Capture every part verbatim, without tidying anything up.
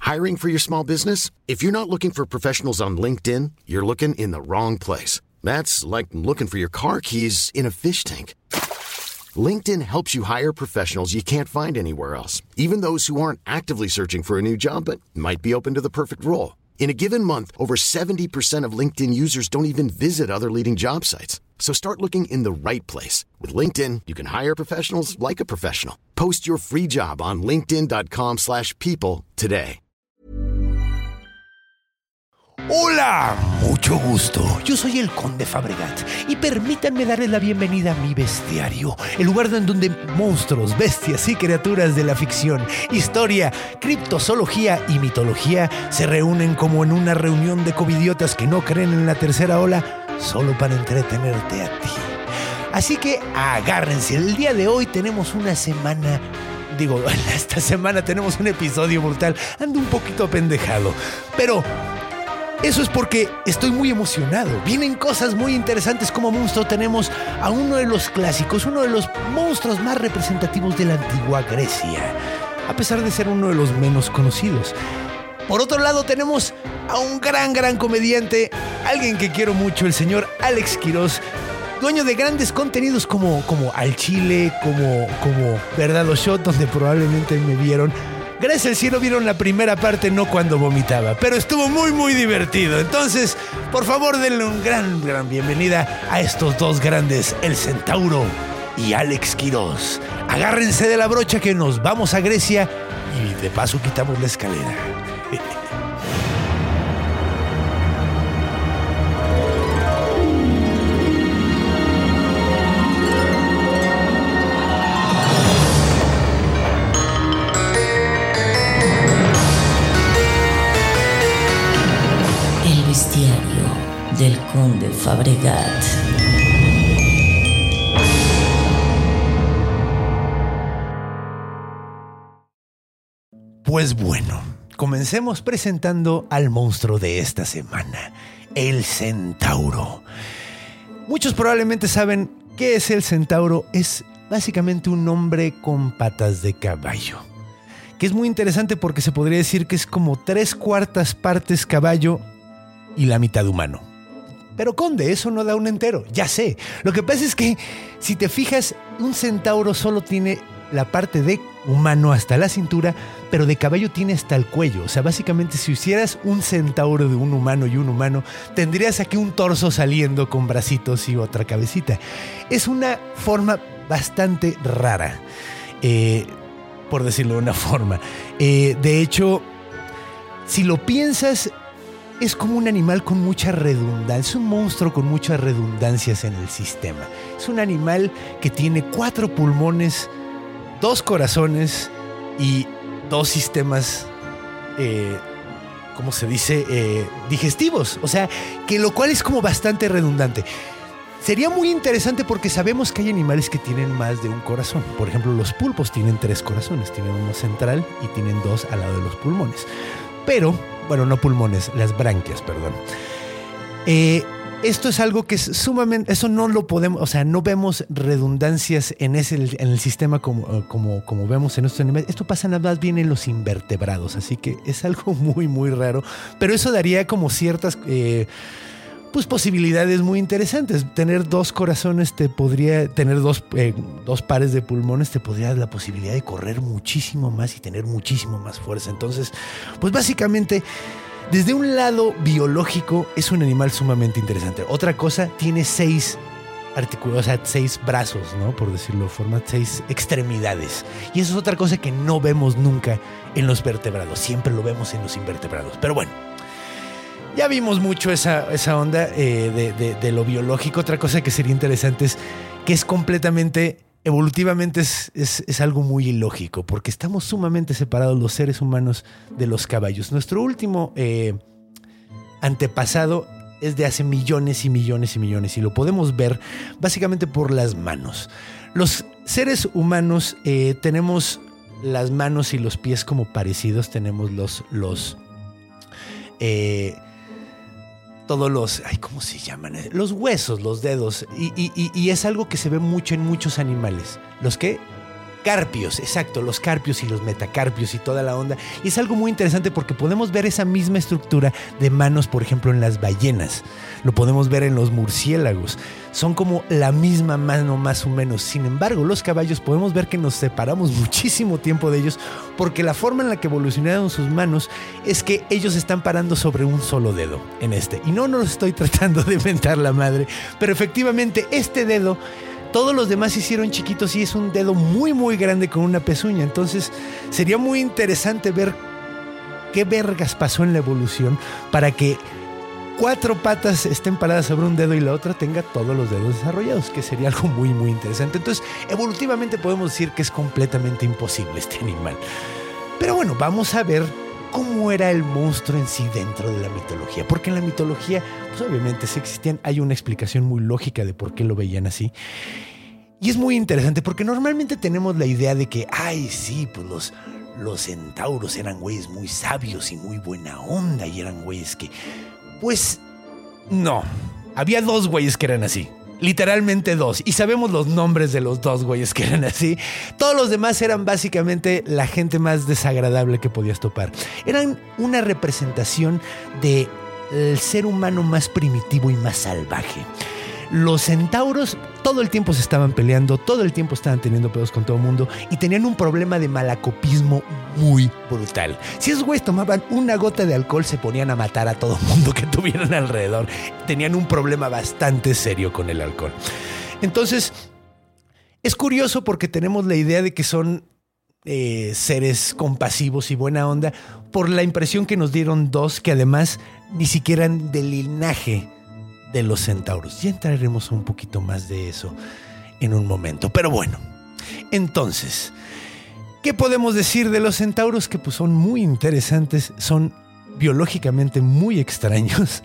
Hiring for your small business? If you're not looking for professionals on LinkedIn, you're looking in the wrong place. That's like looking for your car keys in a fish tank. LinkedIn helps you hire professionals you can't find anywhere else, even those who aren't actively searching for a new job but might be open to the perfect role. In a given month, over seventy percent of LinkedIn users don't even visit other leading job sites. So start looking in the right place. With LinkedIn, you can hire professionals like a professional. Post your free job on linkedin.com slash people today. Hola, mucho gusto. Yo soy el Conde Fabregat y permítanme darles la bienvenida a mi bestiario, el lugar en donde monstruos, bestias y criaturas de la ficción, historia, criptozoología y mitología se reúnen como en una reunión de covidiotas que no creen en la tercera ola solo para entretenerte a ti. Así que agárrense, el día de hoy tenemos una semana... Digo, esta semana tenemos un episodio brutal. Ando un poquito apendejado, pero... eso es porque estoy muy emocionado. Vienen cosas muy interesantes como monstruo. Tenemos a uno de los clásicos, uno de los monstruos más representativos de la antigua Grecia, a pesar de ser uno de los menos conocidos. Por otro lado tenemos a un gran, gran comediante, alguien que quiero mucho, el señor Alex Quiroz, dueño de grandes contenidos como, como Al Chile, como, como Verdad o Shot, donde probablemente me vieron. Gracias al cielo vieron la primera parte, no cuando vomitaba, pero estuvo muy muy divertido. Entonces, por favor denle un gran, gran bienvenida a estos dos grandes, el Centauro y Alex Quiroz. Agárrense de la brocha que nos vamos a Grecia y de paso quitamos la escalera. Del Conde Fabregat. Pues bueno, comencemos presentando al monstruo de esta semana, el Centauro. Muchos probablemente saben qué es el Centauro. Es básicamente un hombre con patas de caballo, que es muy interesante porque se podría decir que es como tres cuartas partes caballo y la mitad humano. Pero Conde, eso no da un entero, ya sé. Lo que pasa es que, si te fijas, un centauro solo tiene la parte de humano hasta la cintura, pero de caballo tiene hasta el cuello. O sea, básicamente, si hicieras un centauro de un humano y un humano, tendrías aquí un torso saliendo con bracitos y otra cabecita. Es una forma bastante rara, eh, por decirlo de una forma. Eh, de hecho, si lo piensas... es como un animal con mucha redundancia, es un monstruo con muchas redundancias en el sistema. Es un animal que tiene cuatro pulmones, dos corazones y dos sistemas, eh, ¿cómo se dice? Eh, digestivos. O sea, que lo cual es como bastante redundante. Sería muy interesante porque sabemos que hay animales que tienen más de un corazón. Por ejemplo, los pulpos tienen tres corazones. Tienen uno central y tienen dos al lado de los pulmones. Pero... bueno, no pulmones, las branquias, perdón. Eh, esto es algo que es sumamente... eso no lo podemos... o sea, no vemos redundancias en, ese, en el sistema como, como, como vemos en estos animales. Esto pasa nada más bien en los invertebrados, así que es algo muy, muy raro. Pero eso daría como ciertas... Eh, pues posibilidades muy interesantes. Tener dos corazones te podría... tener dos, eh, dos pares de pulmones te podría dar la posibilidad de correr muchísimo más y tener muchísimo más fuerza. Entonces, pues básicamente, desde un lado biológico, es un animal sumamente interesante. Otra cosa, tiene seis articulados, o sea, seis brazos, ¿no? Por decirlo de forma, seis extremidades. Y eso es otra cosa que no vemos nunca en los vertebrados. Siempre lo vemos en los invertebrados. Pero bueno, ya vimos mucho esa, esa onda eh, de, de, de lo biológico. Otra cosa que sería interesante es que es completamente, evolutivamente es, es, es algo muy ilógico, porque estamos sumamente separados los seres humanos de los caballos. Nuestro último eh, antepasado es de hace millones y millones y millones, y lo podemos ver básicamente por las manos. Los seres humanos eh, tenemos las manos y los pies como parecidos. Tenemos los... los eh, todos los, ay, ¿cómo se llaman? Los huesos, los dedos. Y, y, y es algo que se ve mucho en muchos animales. ¿Los qué? Carpios, exacto, los carpios y los metacarpios y toda la onda. Y es algo muy interesante porque podemos ver esa misma estructura de manos, por ejemplo, en las ballenas. Lo podemos ver en los murciélagos. Son como la misma mano más o menos. Sin embargo, los caballos podemos ver que nos separamos muchísimo tiempo de ellos porque la forma en la que evolucionaron sus manos es que ellos están parando sobre un solo dedo en este. Y no, no los estoy tratando de inventar la madre, pero efectivamente este dedo... Todos los demás se hicieron chiquitos y es un dedo muy muy grande con una pezuña. Entonces sería muy interesante ver qué vergas pasó en la evolución para que cuatro patas estén paradas sobre un dedo y la otra tenga todos los dedos desarrollados, que sería algo muy muy interesante. Entonces evolutivamente podemos decir que es completamente imposible este animal. Pero bueno, vamos a ver cómo era el monstruo en sí dentro de la mitología. Porque en la mitología, pues obviamente sí existían, hay una explicación muy lógica de por qué lo veían así. Y es muy interesante porque normalmente tenemos la idea de que, ay, sí, pues los, los centauros eran güeyes muy sabios y muy buena onda y eran güeyes que... Pues no, había dos güeyes que eran así. Literalmente dos. Y sabemos los nombres de los dos güeyes que eran así. Todos los demás eran básicamente la gente más desagradable que podías topar. Eran una representación del ser humano más primitivo y más salvaje. Los centauros todo el tiempo se estaban peleando, todo el tiempo estaban teniendo pedos con todo el mundo y tenían un problema de malacopismo muy brutal. Si esos güeyes tomaban una gota de alcohol, se ponían a matar a todo el mundo que tuvieran alrededor. Tenían un problema bastante serio con el alcohol. Entonces, es curioso porque tenemos la idea de que son eh, seres compasivos y buena onda por la impresión que nos dieron dos que además ni siquiera eran del linaje de los centauros. Ya entraremos un poquito más de eso en un momento. Pero bueno, entonces, ¿qué podemos decir de los centauros? Que pues son muy interesantes, son biológicamente muy extraños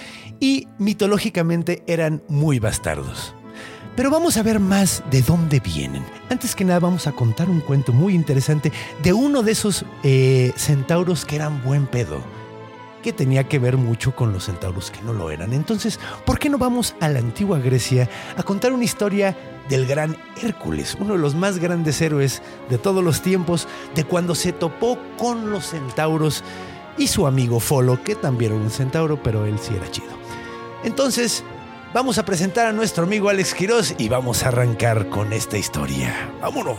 y mitológicamente eran muy bastardos. Pero vamos a ver más de dónde vienen. Antes que nada vamos a contar un cuento muy interesante de uno de esos eh, centauros que eran buen pedo, que tenía que ver mucho con los centauros que no lo eran. Entonces, ¿por qué no vamos a la antigua Grecia a contar una historia del gran Hércules, uno de los más grandes héroes de todos los tiempos, de cuando se topó con los centauros y su amigo Folo, que también era un centauro, pero él sí era chido? Entonces, vamos a presentar a nuestro amigo Alex Quiroz y vamos a arrancar con esta historia. ¡Vámonos!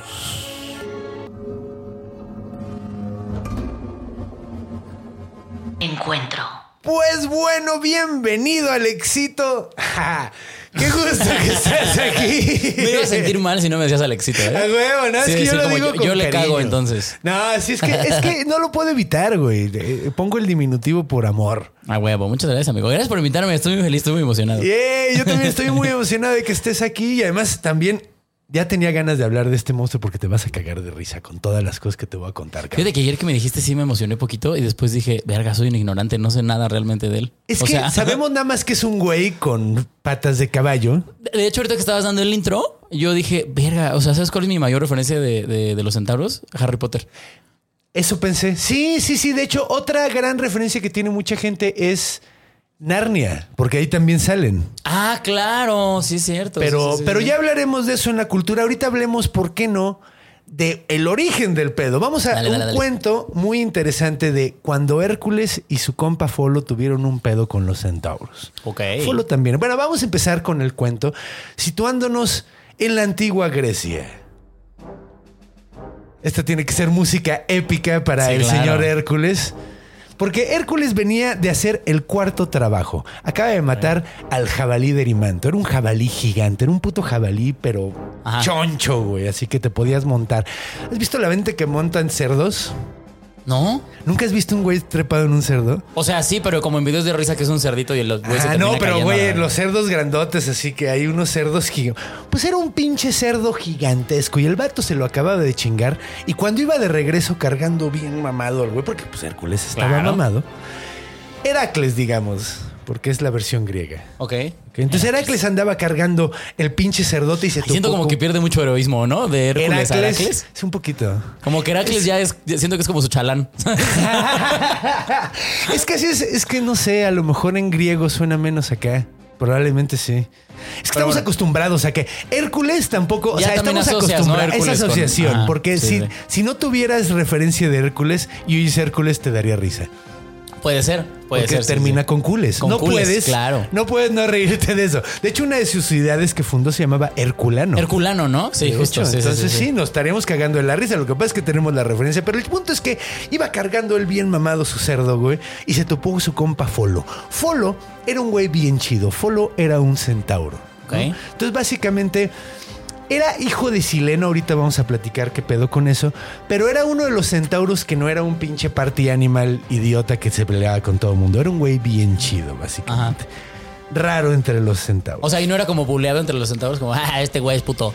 Encuentro. Pues bueno, bienvenido, Alexito. ¡Qué gusto que estás aquí! Me iba a sentir mal si no me decías Alexito, ¿eh? A huevo, ¿no? Sí, es que sí, yo lo como digo yo, con yo le cariño. cago entonces. No, sí, es que, es que no lo puedo evitar, güey. Pongo el diminutivo por amor. A huevo, muchas gracias, amigo. Gracias por invitarme, estoy muy feliz, estoy muy emocionado. Yeah, yo también estoy muy emocionado de que estés aquí y además también... Ya tenía ganas de hablar de este monstruo porque te vas a cagar de risa con todas las cosas que te voy a contar, cabrón. Fíjate que ayer que me dijiste sí me emocioné poquito y después dije, verga, soy un ignorante, no sé nada realmente de él. Es o que sea, sabemos nada más que es un güey con patas de caballo. De hecho, ahorita que estabas dando el intro, yo dije, verga, o sea, ¿sabes cuál es mi mayor referencia de, de, de los centauros? Harry Potter. Eso pensé. Sí, sí, sí. De hecho, otra gran referencia que tiene mucha gente es Narnia, porque ahí también salen. Ah, claro, sí es cierto. Pero, sí, sí, pero sí. ya hablaremos de eso en la cultura. Ahorita hablemos, ¿por qué no?, de el origen del pedo. Vamos a Dale, un dale, dale. cuento muy interesante de cuando Hércules y su compa Folo tuvieron un pedo con los centauros. Ok. Folo también. Bueno, vamos a empezar con el cuento, situándonos en la antigua Grecia. Esta tiene que ser música épica para Sí, el claro. señor Hércules. Porque Hércules venía de hacer el cuarto trabajo. Acaba de matar al jabalí de Erimanto. Era un jabalí gigante. Era un puto jabalí, pero Ajá. choncho, güey. Así que te podías montar. ¿Has visto la gente que montan cerdos? ¿No? ¿Nunca has visto un güey trepado en un cerdo? O sea, sí, pero como en videos de risa que es un cerdito y los güeyes se Ah, termina no, pero cayendo güey, a- los cerdos grandotes, así que hay unos cerdos gigantes. Pues era un pinche cerdo gigantesco y el vato se lo acababa de chingar. Y cuando iba de regreso cargando bien mamado al güey, porque pues Hércules estaba Claro. mamado. Heracles, digamos, porque es la versión griega. Ok. Ok, entonces Heracles andaba cargando el pinche cerdote y se topó Siento como con- que pierde mucho heroísmo, ¿no? De Hércules a Heracles. Heracles. Es un poquito. Como que Heracles ya es, siento que es como su chalán. Es que así es, es que no sé, a lo mejor en griego suena menos acá. Probablemente sí. Es que Pero estamos bueno. acostumbrados a que Hércules tampoco... Ya o sea, también estamos asocias, ¿no? acostumbrados a esa Hércules con- asociación. Ajá, porque sí, si, sí. si no tuvieras referencia de Hércules y oyes Hércules te daría risa. Puede ser, puede Porque ser. sí, termina sí. con cules. Con no cules, puedes, claro. no puedes no reírte de eso. De hecho, una de sus ideas que fundó se llamaba Herculano. Herculano, ¿no? Sí, De justo. hecho, sí, sí, entonces sí, sí, sí. nos estaríamos cagando de la risa. Lo que pasa es que tenemos la referencia. Pero el punto es que iba cargando el bien mamado su cerdo, güey. Y se topó con su compa Folo. Folo era un güey bien chido. Folo era un centauro. ¿no? Ok. Entonces, básicamente... Era hijo de Sileno, ahorita vamos a platicar qué pedo con eso, pero era uno de los centauros que no era un pinche party animal idiota que se peleaba con todo el mundo. Era un güey bien chido, básicamente. Raro entre los centauros. O sea, y no era como buleado entre los centauros, como, ah, este güey es puto.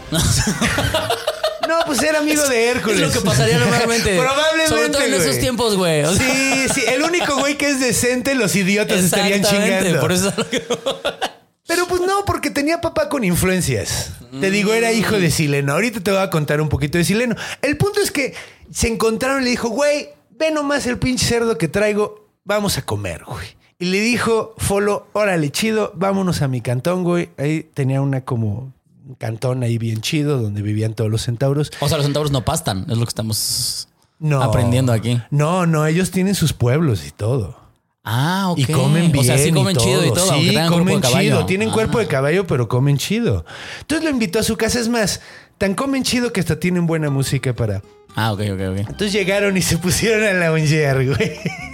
No, pues era amigo de Hércules. Es lo que pasaría normalmente. Probablemente, Sobre todo en güey. esos tiempos, güey. O sea, Sí, sí, el único güey que es decente, los idiotas estarían exactamente, chingando. Por eso es lo que... Pero pues no, porque tenía papá con influencias. Te digo, era hijo de Sileno. Ahorita te voy a contar un poquito de Sileno. El punto es que se encontraron y le dijo, güey, ve nomás el pinche cerdo que traigo, vamos a comer, güey. Y le dijo Folo, órale, chido, vámonos a mi cantón, güey. Ahí tenía una como un cantón ahí bien chido donde vivían todos los centauros. O sea, los centauros no pastan, es lo que estamos No, aprendiendo aquí. No, no, ellos tienen sus pueblos y todo. Ah, ok. Y comen bien. O sea, sí comen y chido y todo, aunque Sí, tengan cuerpo comen de caballo. chido. Tienen Ah. cuerpo de caballo, pero comen chido. Entonces lo invitó a su casa. Es más, tan comen chido que hasta tienen buena música para... Ah, ok, ok, ok. Entonces llegaron y se pusieron a loungear, güey.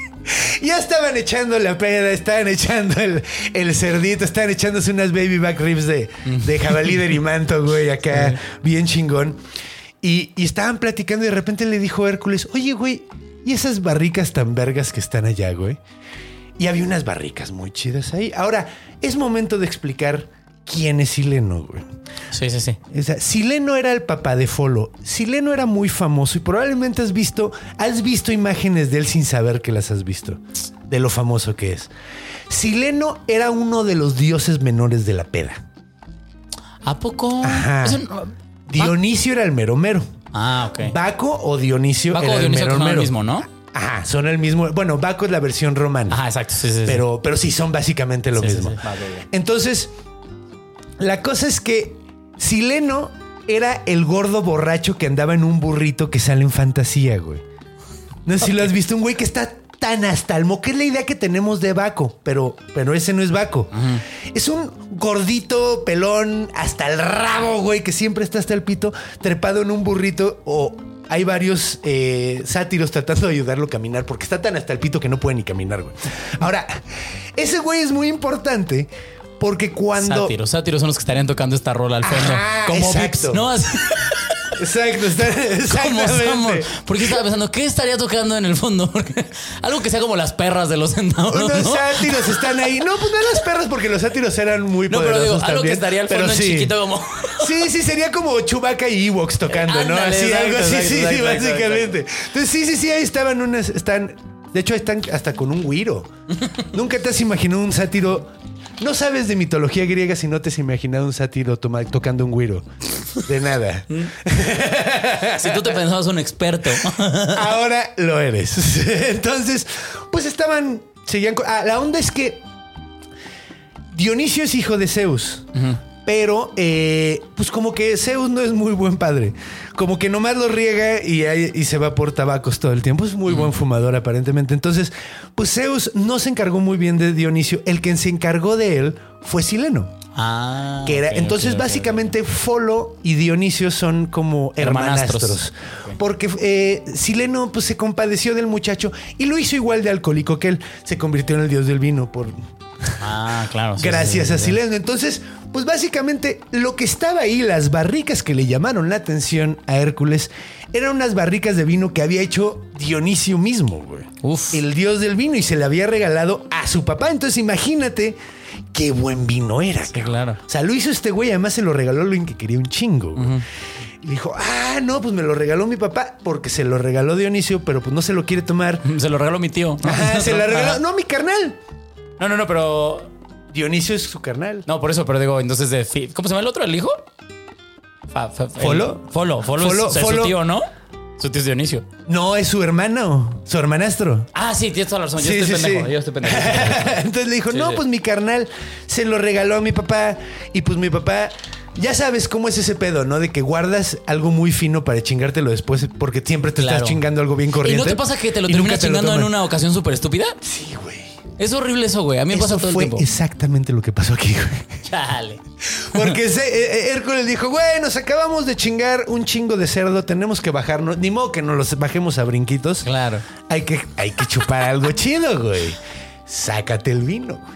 Ya estaban echando la peda, estaban echando el, el cerdito, estaban echándose unas baby back ribs de, de jabalí de rimanto, güey, acá, bien chingón. Y, y estaban platicando y de repente le dijo Hércules, oye, güey, ¿y esas barricas tan vergas que están allá, güey? Y había unas barricas muy chidas ahí. Ahora, es momento de explicar quién es Sileno, güey. Sí, sí, sí. O sea, Sileno era el papá de Folo. Sileno era muy famoso y probablemente has visto, has visto imágenes de él sin saber que las has visto, de lo famoso que es. Sileno era uno de los dioses menores de la peda. ¿A poco? Ajá. Eso no- Dionisio era el mero mero. Ah, ok. Baco o Dionisio Baco era o el Dionisio mero son el mero. mismo, ¿no? Ajá, son el mismo. Bueno, Baco es la versión romana. Ajá, exacto. Sí, sí, sí. Pero, pero sí, son básicamente lo Sí, sí, mismo. sí. Va, va, va. Entonces, la cosa es que Sileno era el gordo borracho que andaba en un burrito que sale en fantasía, güey. No sé si lo has visto, un güey que está tan hasta el mo, que es la idea que tenemos de Baco, pero, pero ese no es Baco. Es un gordito, pelón, hasta el rabo, güey, que siempre está hasta el pito, trepado en un burrito o... Hay varios eh, sátiros tratando de ayudarlo a caminar porque está tan hasta el pito que no puede ni caminar, güey. Ahora, ese güey es muy importante porque cuando... Sátiros, sátiros son los que estarían tocando esta rola al fondo. Ajá, como exacto. Vips, ¿no? Así- Exacto, está, Como somos. exactamente. Porque estaba pensando, ¿qué estaría tocando en el fondo? Porque algo que sea como las perras de los centauros, Unos ¿no? sátiros están ahí. No, pues no las perras porque los sátiros eran muy No, pero poderosos digo, algo también, que estaría al pero fondo en sí. chiquito como... Sí, sí, sería como Chewbacca y Ewoks tocando, ¿no? Ándale, Así, exacto, algo así, exacto, sí, sí, exacto, básicamente. exacto. Entonces, sí, sí, sí, ahí estaban unas, están, de hecho, están hasta con un güiro. Nunca te has imaginado un sátiro. No sabes de mitología griega si no te has imaginado un sátiro toma- tocando un güiro. De nada. Si tú te pensabas un experto. Ahora lo eres. Entonces, pues estaban, seguían. con- Ah, la onda es que Dionisio es hijo de Zeus. Pero, eh, pues como que Zeus no es muy buen padre. Como que nomás lo riega y, ahí- y se va por tabacos todo el tiempo. Es muy buen fumador aparentemente. Entonces, pues Zeus no se encargó muy bien de Dionisio. El que se encargó de él fue Sileno. Ah. Que era, ok, entonces, ok, ok, básicamente, Folo y Dionisio son como Hermanastros. hermanastros. Porque eh, Sileno pues, se compadeció del muchacho y lo hizo igual de alcohólico que él. Se convirtió en el dios del vino por... ok. Ah, claro. sí, Gracias sí, a sí, sí. Sileno. Entonces, pues básicamente lo que estaba ahí, las barricas que le llamaron la atención a Hércules, eran unas barricas de vino que había hecho Dionisio mismo, güey. Uf. El dios del vino, y se le había regalado a su papá. Entonces, imagínate qué buen vino era. Sí, cabrón. claro. O sea, lo hizo este güey, además se lo regaló a alguien que quería un chingo, güey. Y dijo, ah, no, pues me lo regaló mi papá porque se lo regaló Dionisio, pero pues no se lo quiere tomar. Se lo regaló mi tío. ¿no? Ajá, se lo regaló. Ajá. No, mi carnal. No, no, no, pero... Dionisio es su carnal. No, por eso, pero digo, entonces de... fi- ¿Cómo se llama el otro? ¿El hijo? Fa- fa- el- ¿Folo? Folo. Folo, Folo- es, es Folo- su tío, ¿no? Su tío es Dionisio. No, es su hermano, su hermanastro. Ah, sí, tienes toda la razón. Yo Sí, estoy sí, pendejo. sí. Yo estoy pendejo. Entonces le dijo, Sí, no, sí. pues mi carnal se lo regaló a mi papá. Y pues mi papá, ya sabes cómo es ese pedo, ¿no? De que guardas algo muy fino para chingártelo después porque siempre te Claro. estás chingando algo bien corriente. ¿Y no te pasa que te lo y nunca terminas te lo chingando en toman. una ocasión súper estúpida? Sí, güey. Es horrible eso, güey. A mí me pasa Eso todo el fue tiempo. exactamente lo que pasó aquí, güey. Chale. Porque se, eh, Hércules dijo, güey, nos acabamos de chingar un chingo de cerdo, tenemos que bajarnos. Ni modo que nos los bajemos a brinquitos. Claro. Hay que, hay que chupar algo chido, güey. Sácate el vino, güey.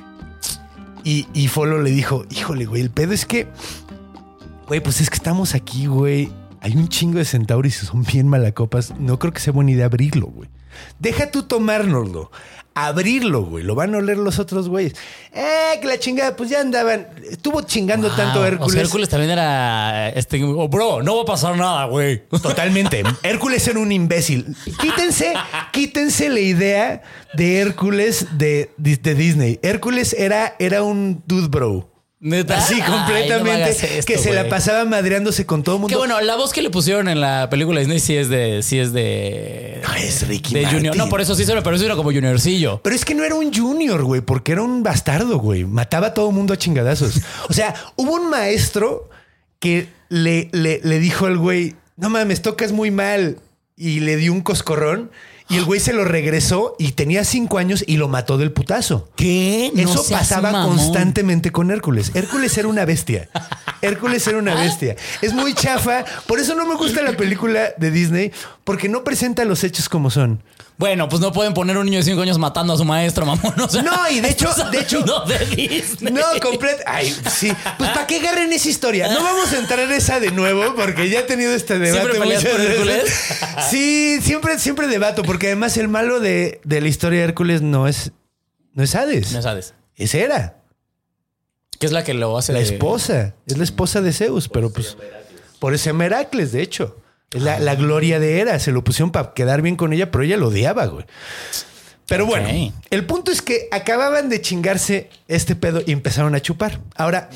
Y, y Folo le dijo, híjole, güey, el pedo es que, güey, pues es que estamos aquí, güey. Hay un chingo de centauros y son bien malacopas. No creo que sea buena idea abrirlo, güey. Deja tú tomárnoslo. Abrirlo, güey. Lo van a oler los otros güeyes. Eh, que la chingada, pues ya andaban. Estuvo chingando Wow. tanto Hércules. O sea, Hércules también era este. Oh, bro, no va a pasar nada, güey. Totalmente. Hércules era un imbécil. Quítense, quítense la idea de Hércules de, de Disney. Hércules era, era un dude bro. ¿Neta? Así Ay, no me completamente. hagas esto, que se la güey. pasaba madreándose con todo el mundo. Que bueno, la voz que le pusieron en la película Disney sí es de. Sí es de. No, es Ricky de Martin. Junior. No, por eso sí suena, pero eso era como Juniorcillo. Pero es que no era un junior, güey, porque era un bastardo, güey. Mataba a todo el mundo a chingadazos. O sea, hubo un maestro que le, le, le dijo al güey, no mames, tocas muy mal. Y le dio un coscorrón. Y el güey se lo regresó y tenía cinco años y lo mató del putazo. ¿Qué? No Eso seas pasaba mamón. constantemente con Hércules. Hércules era una bestia. Hércules era una bestia. Es muy chafa. Por eso no me gusta la película de Disney, porque no presenta los hechos como son. Bueno, pues no pueden poner un niño de cinco años matando a su maestro, mamón. O sea, No, y de hecho, estás de hecho, hablando de Disney. no, completo. Ay, sí. Pues para qué agarren esa historia. No vamos a entrar en esa de nuevo, porque ya he tenido este debate. ¿Siempre peleas muchas por veces. Hércules? Sí, siempre, siempre debato, porque además el malo de, de la historia de Hércules no es, no es Hades. No sabes. Es Hera, ¿Qué es la que lo hace? la de- esposa. Es la esposa de Zeus, pero pues por ese Heracles, de hecho. Es la, la gloria de Hera. Se lo pusieron para quedar bien con ella, pero ella lo odiaba, güey. Pero Ok. bueno, el punto es que acababan de chingarse este pedo y empezaron a chupar. Ahora,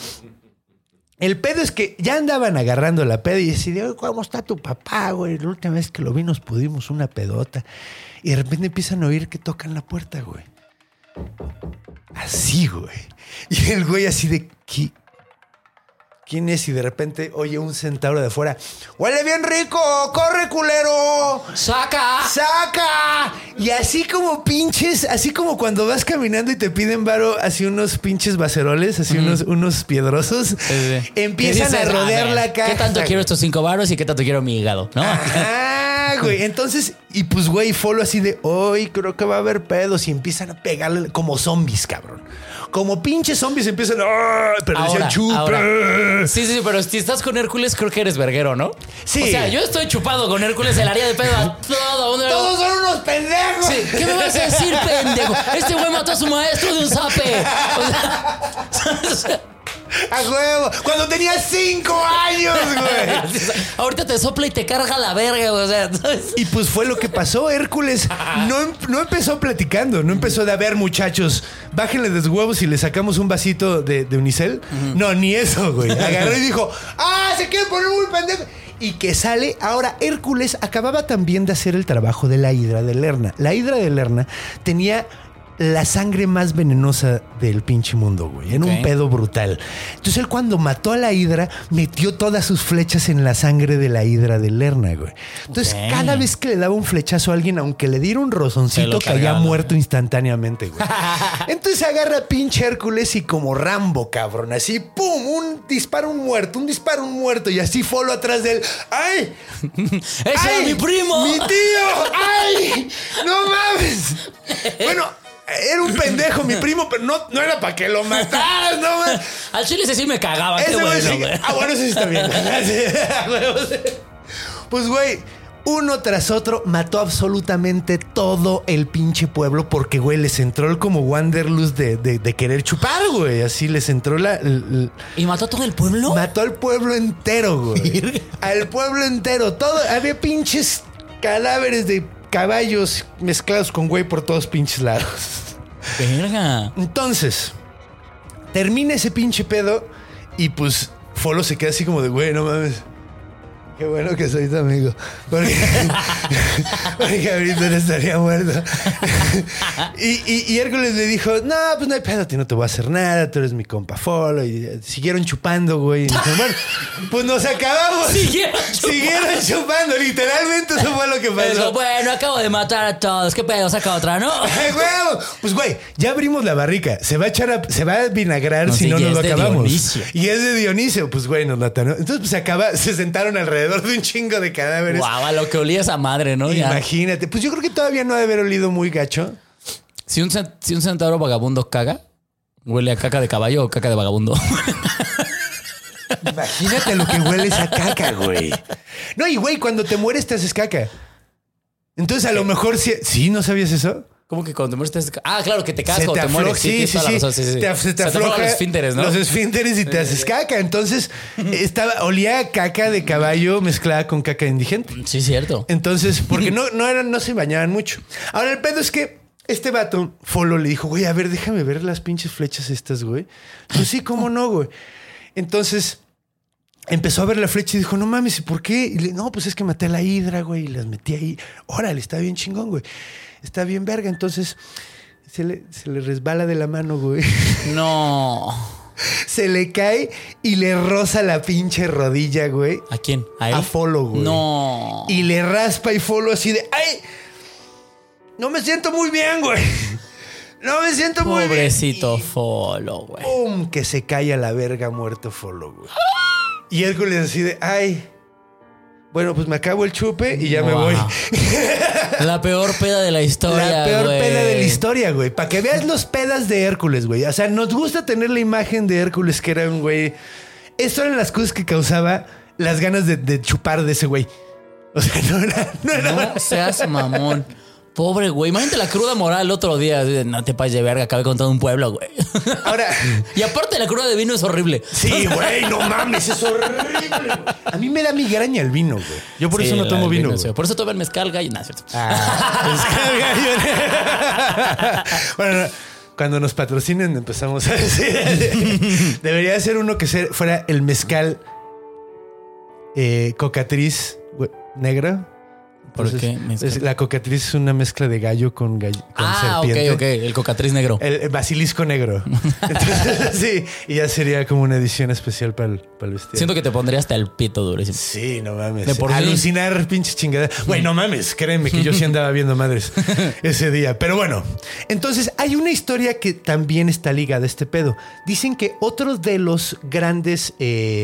el pedo es que ya andaban agarrando la peda y decían, ¿cómo está tu papá, güey? La última vez que lo vi nos pudimos una pedota. Y de repente empiezan a oír que tocan la puerta, güey. Así, güey. Y el güey así de... ¿Qué? ¿Quién es? Y de repente oye un centauro de afuera. ¡Huele bien rico! ¡Corre, culero! ¡Saca! ¡Saca! Y así como pinches, así como cuando vas caminando y te piden varo, así unos pinches baceroles, así unos, unos piedrosos, Sí, sí. empiezan ¿Qué a dices? rodear ver, la caja. ¿Qué tanto quiero estos cinco varos y qué tanto quiero mi hígado? ¿No? Ah, güey. Entonces, y pues, güey, Folo así de, hoy creo que va a haber pedos y empiezan a pegarle como zombies, cabrón. Como pinches zombies empiezan a... Pero Ahora, decían, chupa. ahora. Sí, sí, sí, pero si estás con Hércules, creo que eres verguero, ¿no? Sí. O sea, yo estoy chupado con Hércules, el área de pedo a todo. Uno... Todos son unos pendejos. Sí, ¿qué me vas a decir, pendejo? Este güey mató a su maestro de un zape. O sea, ¿sabes? A huevo. Cuando tenía cinco años, güey. Ahorita te sopla y te carga la verga, o sea, ¿sabes? Y pues fue lo que pasó. Hércules no, em- no empezó platicando, no empezó de, a ver, muchachos, bájenle de los huevos y le sacamos un vasito de, de Unicel. No, ni eso, güey. Agarró y dijo, ¡ah, se quiere poner muy pendejo! Y que sale. Ahora, Hércules acababa también de hacer el trabajo de la hidra de Lerna. La hidra de Lerna tenía la sangre más venenosa del pinche mundo, güey. Era Ok. un pedo brutal. Entonces él cuando mató a la hidra, metió todas sus flechas en la sangre de la hidra de Lerna, güey. Entonces Ok. cada vez que le daba un flechazo a alguien, aunque le diera un Se rozoncito, lo caía cargaba. muerto instantáneamente, güey. Entonces agarra a pinche Hércules y como Rambo, cabrón. Así, pum, un disparo, un muerto, un disparo, un muerto. Y así Folo atrás de él. ¡Ay! ¡Ese ¡Ay! era mi primo! ¡Mi tío! ¡Ay! ¡No mames! Bueno, era un pendejo mi primo, pero no, no era para que lo mataras, no mames. Al chile ese sí me cagaba, qué Ese güey bueno, sí- güey. Ah, bueno, eso sí está bien. Pues, güey, uno tras otro mató absolutamente todo el pinche pueblo porque, güey, les entró el como Wanderlust de, de, de querer chupar, güey. Así les entró la... el- el- ¿Y mató a todo el pueblo? mató al pueblo entero, güey. Al pueblo entero. Todo, había pinches cadáveres de caballos mezclados con güey por todos pinches lados. Verga. Entonces, termina ese pinche pedo y pues Folo se queda así como de, güey, no mames. Qué bueno que soy tu amigo. Porque, porque ahorita no estaría muerto. y, y, y Hércules le dijo, no, pues no hay pedo, tío, no te voy a hacer nada, tú eres mi compa Folo. Y siguieron chupando, güey. Y dijeron, bueno, pues nos acabamos. Siguieron chupando. Siguieron chupando, literalmente eso fue lo que pasó. Pero, bueno, acabo de matar a todos. ¿Qué pedo? Saca otra, ¿no? ¡Ay, huevo! Pues, güey, ya abrimos la barrica. Se va a echar a, se va a vinagrar No, si sí, no y nos es lo de acabamos. Dionisio. Y es de Dionisio. Pues, güey, nos mataron. Entonces, pues, se acaba, se sentaron alrededor de un chingo de cadáveres. Guau, a lo que olía esa madre, ¿no? Ya. Imagínate. Pues yo creo que todavía no ha de haber olido muy gacho. Si un, cen- si un centauro vagabundo caga, huele a caca de caballo o caca de vagabundo. Imagínate lo que huele esa caca, güey. No, y güey, cuando te mueres te haces caca. Entonces, a lo mejor sí. ¿Sí? ¿No sabías eso? ¿Cómo que cuando te mueres te haces ca- Ah, claro, que te Se cagas o te te afloja, mueres. sí, sí, tienes toda la sí. razón, sí, sí. Te, af- se te Se afloja aflojan los esfínteres, ¿no? Los esfínteres y te haces caca. Entonces, estaba, olía a caca de caballo mezclada con caca indigente. Sí, cierto. Entonces, porque no, no, eran, no se bañaban mucho. Ahora, el pedo es que este vato, Folo, le dijo, güey, a ver, déjame ver las pinches flechas estas, güey. Pues sí, cómo no, güey. Entonces, empezó a ver la flecha y dijo, no mames, ¿y por qué? Y le, no, pues es que maté a la hidra, güey, y las metí ahí. Órale, está bien chingón, güey. Está bien verga. Entonces, se le, se le resbala de la mano, güey. No. Se le cae y le roza la pinche rodilla, güey. ¿A quién? ¿A él? A Folo, güey. No. Y le raspa y Folo así de, ¡ay! No me siento muy bien, güey. No me siento muy bien. Pobrecito Y Folo, güey. ¡pum! Que se cae a la verga muerto Folo, güey. Y Hércules así de, ¡ay! Bueno, pues me acabo el chupe y ya me Wow. voy. La peor peda de la historia, La peor güey. peda de la historia, güey. Para que veas los pedas de Hércules, güey. O sea, nos gusta tener la imagen de Hércules, que era un güey. Esto eran las cosas que causaba las ganas de, de chupar de ese güey. O sea, no era. No era No seas mamón. Pobre güey. Imagínate la cruda moral el otro día. Así de, no te pases de verga, acabé con todo un pueblo, güey. Ahora. Y aparte la cruda de vino es horrible. Sí, güey, no mames, es horrible, güey. A mí me da migraña el vino, güey. Yo por Sí, eso no la- tomo el vino, vino, güey. sí. Por eso toman mezcal, gallo. Nah, es cierto. Ah, bueno, cuando nos patrocinen empezamos a decir. Debería ser uno que ser- fuera el mezcal eh, cocatriz güey, negra. ¿Por Entonces, qué mezcal? es- la cocatriz es una mezcla de gallo con, gallo, con Ah, ok, serpiente. ok. El cocatriz negro. El, el basilisco negro. Entonces, sí, y ya sería como una edición especial para el, para el vestido. Siento que te pondría hasta el pito durísimo. Sí, no mames. De por sí. Alucinar, pinche chingada. Güey, no mames, créeme que yo sí andaba viendo madres ese día. Pero bueno, entonces hay una historia que también está ligada a este pedo. Dicen que otro de los grandes eh,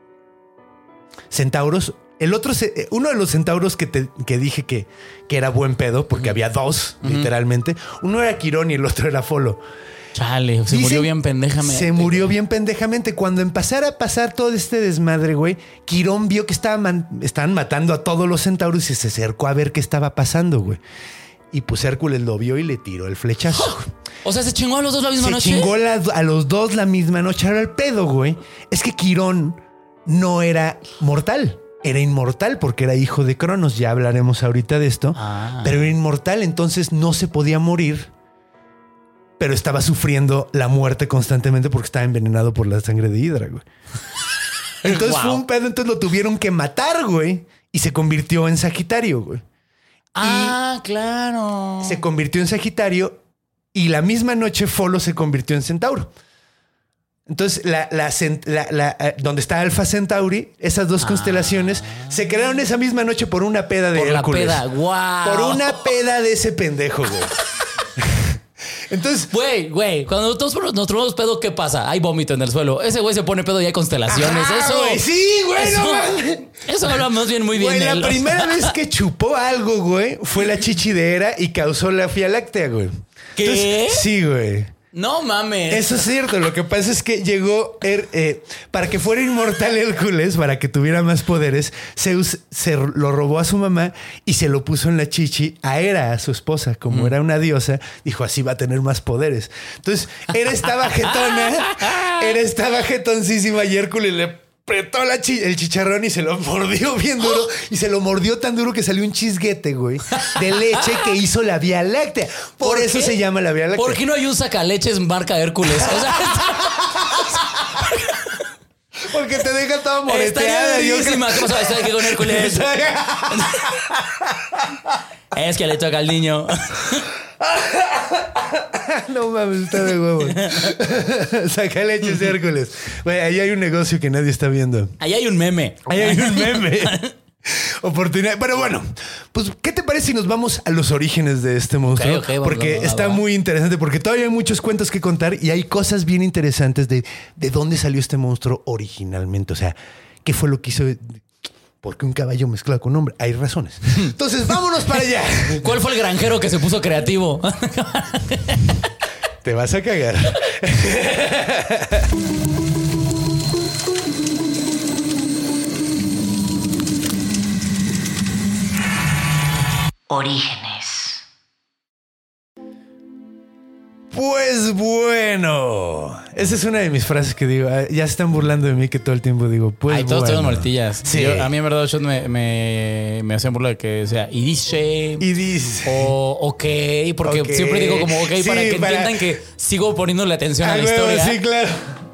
centauros, el otro, ce- uno de los centauros que, te, que dije que, que era buen pedo, porque había dos, literalmente. Uno era Quirón y el otro era Folo. Chale, se Dicen- murió bien pendejamente. Se murió bien pendejamente. Cuando empezara a pasar todo este desmadre, güey, Quirón vio que estaba man- estaban matando a todos los centauros y se acercó a ver qué estaba pasando, güey. Y pues Hércules lo vio y le tiró el flechazo. O sea, se chingó a los dos la misma Se noche. chingó la- a los dos la misma noche. Ahora el pedo, güey, es que Quirón no era mortal. Era inmortal porque era hijo de Cronos. Ya hablaremos ahorita de esto. Ah. Pero era inmortal, entonces no se podía morir. Pero estaba sufriendo la muerte constantemente porque estaba envenenado por la sangre de Hidra, güey. Entonces Wow. fue un pedo, entonces lo tuvieron que matar, güey. Y se convirtió en Sagitario, güey. Ah, claro. Se convirtió en Sagitario y la misma noche Folo se convirtió en Centauro. Entonces, la, la, cent- la- la- eh, donde está Alpha Centauri, esas dos constelaciones, se crearon esa misma noche por una peda de Por la Hércules. peda, wow. Por una peda de ese pendejo, güey. Entonces, Güey, güey, cuando todos nos tomamos pedo, ¿qué pasa? Hay vómito en el suelo. Ese güey se pone pedo y hay constelaciones. ajá, eso. güey, sí, güey, eso, no mames. eso habla más bien muy bien Güey, de la él. primera vez que chupó algo, güey, fue la chichi de Hera y causó la Vía Láctea, güey. ¿Qué? Entonces, sí, güey. No mames. Eso es cierto. Lo que pasa es que llegó Her- eh, para que fuera inmortal Hércules, para que tuviera más poderes, Zeus se lo robó a su mamá y se lo puso en la chichi a Hera, a su esposa. Como era una diosa, dijo así va a tener más poderes. Entonces, Hera estaba jetona, Hera estaba jetoncísima y Hércules le apretó la chi- el chicharrón y se lo mordió bien duro. Y se lo mordió tan duro que salió un chisguete, güey, de leche que hizo la Vía Láctea. Por, ¿Por eso qué? se llama la Vía Láctea. ¿Por qué no hay un sacaleches marca Hércules? O sea, Porque te deja toda Está moreteada. Yo creo- durísima. ¿Qué pasó? Estoy aquí con Hércules. Es que le toca al niño. No mames, está de huevo. Saca leches de Hércules. Güey, ahí hay un negocio que nadie está viendo. Ahí hay un meme. Ahí hay un meme. Oportunidad. Pero bueno, pues, ¿qué te parece si nos vamos a los orígenes de este monstruo? Ok, ok, vamos, porque vamos, está va, va. muy interesante, porque todavía hay muchos cuentos que contar y hay cosas bien interesantes de, de dónde salió este monstruo originalmente. O sea, ¿qué fue lo que hizo? ¿Por qué un caballo mezclado con un hombre? Hay razones. Entonces, vámonos para allá. ¿Cuál fue el granjero que se puso creativo? Te vas a cagar. Orígenes. Pues bueno, esa es una de mis frases que digo. ah, Ya se están burlando de mí que todo el tiempo digo, pues Ay, todos bueno. tenemos muletillas. Sí. Yo- a mí en verdad Shot me, me, me hacían burla de que decía y dice Y dice... o ok, porque Ok. siempre digo como ok Sí, para que para- entiendan que sigo poniéndole atención a Ah, la huevo, historia. sí, claro.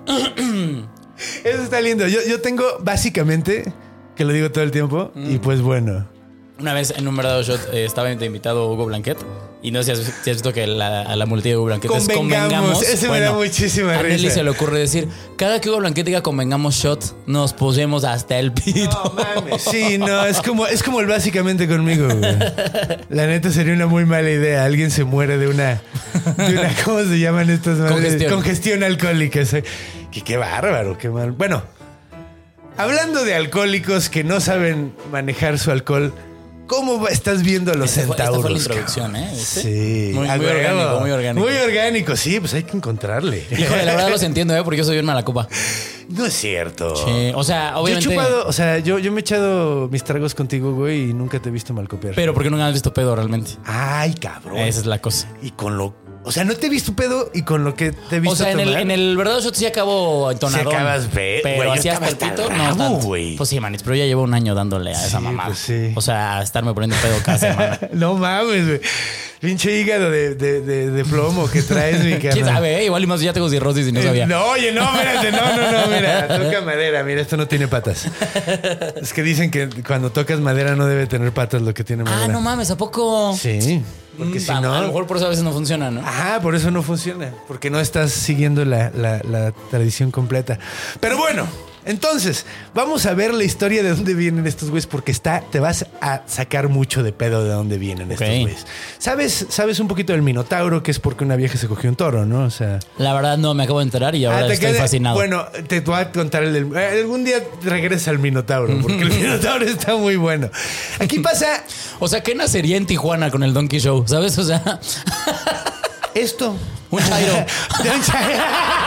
Eso está lindo. Yo, yo tengo básicamente, que lo digo todo el tiempo, Mm. y pues bueno. Una vez en un verdadero shot eh, estaba de invitado Hugo Blanquet. Y no sé si has, si has visto que la, a la muletilla de Hugo Blanquet es Convengamos. convengamos. Ese me da muchísima a Nelly risa. se le ocurre decir, cada que Hugo Blanquet diga convengamos shot, nos posemos hasta el pito. No mames. Sí, no, es como, es como el básicamente conmigo, güey. La neta sería una muy mala idea. Alguien se muere de una, de una ¿cómo se llaman estas madres? Congestión. Congestión alcohólica. Sí. Que qué bárbaro, qué mal. Bueno, hablando de alcohólicos que no saben manejar su alcohol, ¿cómo va- estás viendo a los Esta fue- esta centauros? fue la introducción, ¿eh? ¿Viste? Sí. Muy- A muy huevo. orgánico, muy orgánico. Muy orgánico, sí, pues hay que encontrarle. Híjole, la verdad los entiendo, ¿eh? Porque yo soy bien mala copa. No es cierto. Sí, o sea, Yo he obviamente... chupado, o sea, yo, yo me he echado mis tragos contigo, güey, y nunca te he visto mal copiar. Pero porque nunca has visto pedo realmente. Ay, cabrón. Esa es la cosa. Y con lo... O sea, no te he visto pedo y con lo que te he visto O sea, en el, tomar, en el verdadero shot sí acabo entonadón. Sí acabas ve- Pero güey, yo así estaba hasta el hasta pito, el no rabo, tanto. güey. Pues sí, manis, pero ya llevo un año dándole a esa Sí, mamada. pues sí. O sea, estarme poniendo pedo cada semana. No mames, güey. Pinche hígado de, de, de, de plomo que traes, mi carnal. ¿Quién sabe? eh? Igual y más ya tengo cirrosis y no Eh, sabía. No, oye, no, espérate, no, no, no, mira, toca madera, mira, esto no tiene patas. Es que dicen que cuando tocas madera no debe tener patas lo que tiene madera. Ah, no mames, ¿a poco? Sí, porque Mm, si a, no... a lo mejor por eso a veces no funciona, ¿no? Ajá, por eso no funciona, porque no estás siguiendo la, la- la tradición completa. Pero bueno, entonces, vamos a ver la historia de dónde vienen estos güeyes, porque está, te vas a sacar mucho de pedo de dónde vienen estos Ok. güeyes. ¿Sabes, sabes un poquito del Minotauro, que es porque una vieja se cogió un toro, ¿no? O sea... La verdad no, me acabo de enterar y ahora Ah, te estoy quedé- fascinado. Bueno, te voy a contar el del... eh, Algún día regresa al Minotauro, porque el Minotauro está muy bueno. Aquí pasa O sea, ¿qué nacería en Tijuana con el Donkey Show? ¿Sabes? O sea, esto. un chairo. Un chairo.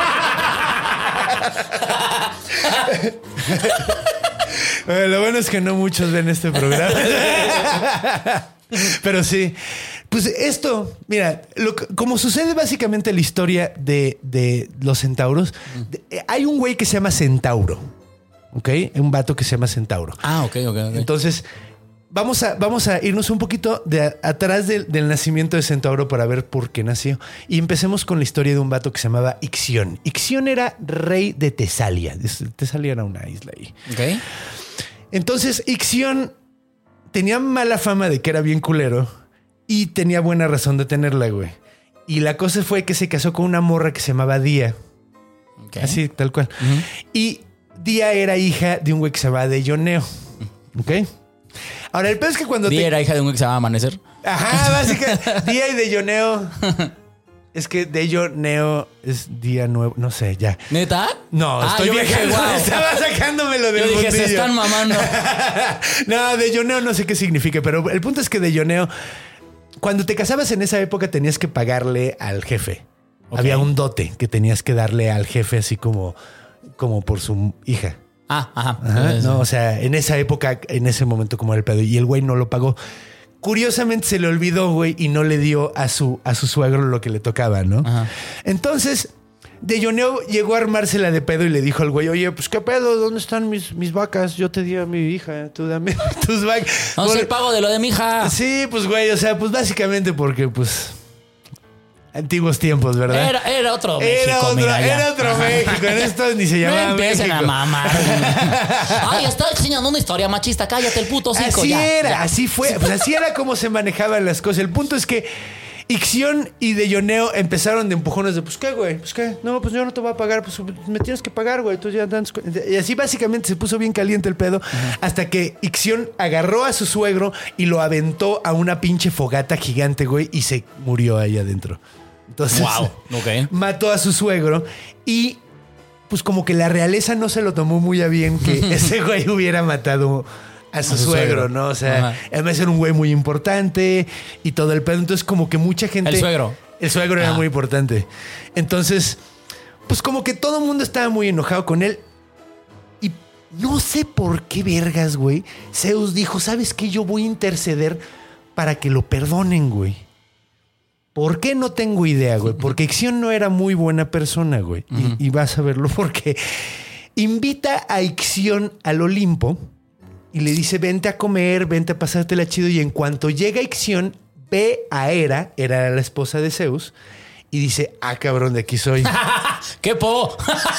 Bueno, lo bueno es que no muchos ven este programa. Pero sí. Pues esto, mira, lo que- como sucede básicamente la historia de, de los centauros, de- eh, hay un güey que se llama Centauro. ¿Ok? Un vato que se llama Centauro. Ah, ok, ok, ok. Entonces, vamos a, vamos a irnos un poquito de a- atrás del, del nacimiento de Centauro para ver por qué nació. Y empecemos con la historia de un vato que se llamaba Ixión. Ixión era rey de Tesalia. Es- Tesalia era una isla ahí. Ok. Entonces, Ixión tenía mala fama de que era bien culero y tenía buena razón de tenerla, güey. Y la cosa fue que se casó con una morra que se llamaba Día. Ok. Así, tal cual. Y Día era hija de un güey que se llamaba Deioneo. ¿Ok? Ahora, el peor es que cuando Día te... era hija de un güey que se llama Amanecer. Ajá, básicamente. Día y Deioneo. Es que Deioneo es día nuevo. No sé, ya. ¿Neta? No, Ah, estoy yo dije, viajando. wow. Estaba sacándomelo del Yo dije, se mundillo. están mamando. No, Deioneo no sé qué significa, pero el punto es que Deioneo, cuando te casabas en esa época tenías que pagarle al jefe. Ok. Había un dote que tenías que darle al jefe así como, como por su hija. Ah, ajá. Ajá, Eso. no, o sea, en esa época, en ese momento como era el pedo. Y el güey no lo pagó. Curiosamente se le olvidó, güey, y no le dio a su, a su suegro lo que le tocaba, ¿no? Ajá. Entonces, Deioneo llegó a armársela de pedo y le dijo al güey, oye, pues qué pedo, ¿dónde están mis, mis vacas? Yo te di a mi hija, tú dame tus vacas. No Por- sé el pago de lo de mi hija. Sí, pues güey, o sea, pues básicamente porque pues Antiguos tiempos, ¿verdad? Era, era otro México, Era otro, mira, ya. era otro México. En esto ni se No llamaba empiecen México. a mamar. Ay, está enseñando una historia machista. Cállate el puto cinco Así ya. era, ya. así fue. Pues así era como se manejaban las cosas. El punto es que Ixión y Deyoneo empezaron de empujones de, pues, ¿qué, güey? Pues, ¿qué? No, pues yo no te voy a pagar. Pues me tienes que pagar, güey. Entonces ya dan... Y así básicamente se puso bien caliente el pedo. Uh-huh. Hasta que Ixión agarró a su suegro y lo aventó a una pinche fogata gigante, güey. Y se murió ahí adentro. Entonces, wow. Okay. mató a su suegro y pues como que la realeza no se lo tomó muy a bien que ese güey hubiera matado a su, a su suegro, suegro, ¿no? O sea, ajá. además era un güey muy importante y todo el pedo. Entonces como que mucha gente... El suegro. El suegro ah. era muy importante. Entonces, pues como que todo el mundo estaba muy enojado con él. Y no sé por qué vergas, güey. Zeus dijo, ¿sabes qué? Yo voy a interceder para que lo perdonen, güey. ¿Por qué? No tengo idea, güey. Porque Ixión no era muy buena persona, güey. Uh-huh. Y, y vas a verlo porque invita a Ixión al Olimpo y le dice, vente a comer, vente a pasártela chido. Y en cuanto llega Ixión, ve a Hera, Hera era la esposa de Zeus, y dice, ah, cabrón, de aquí soy. ¡Qué po!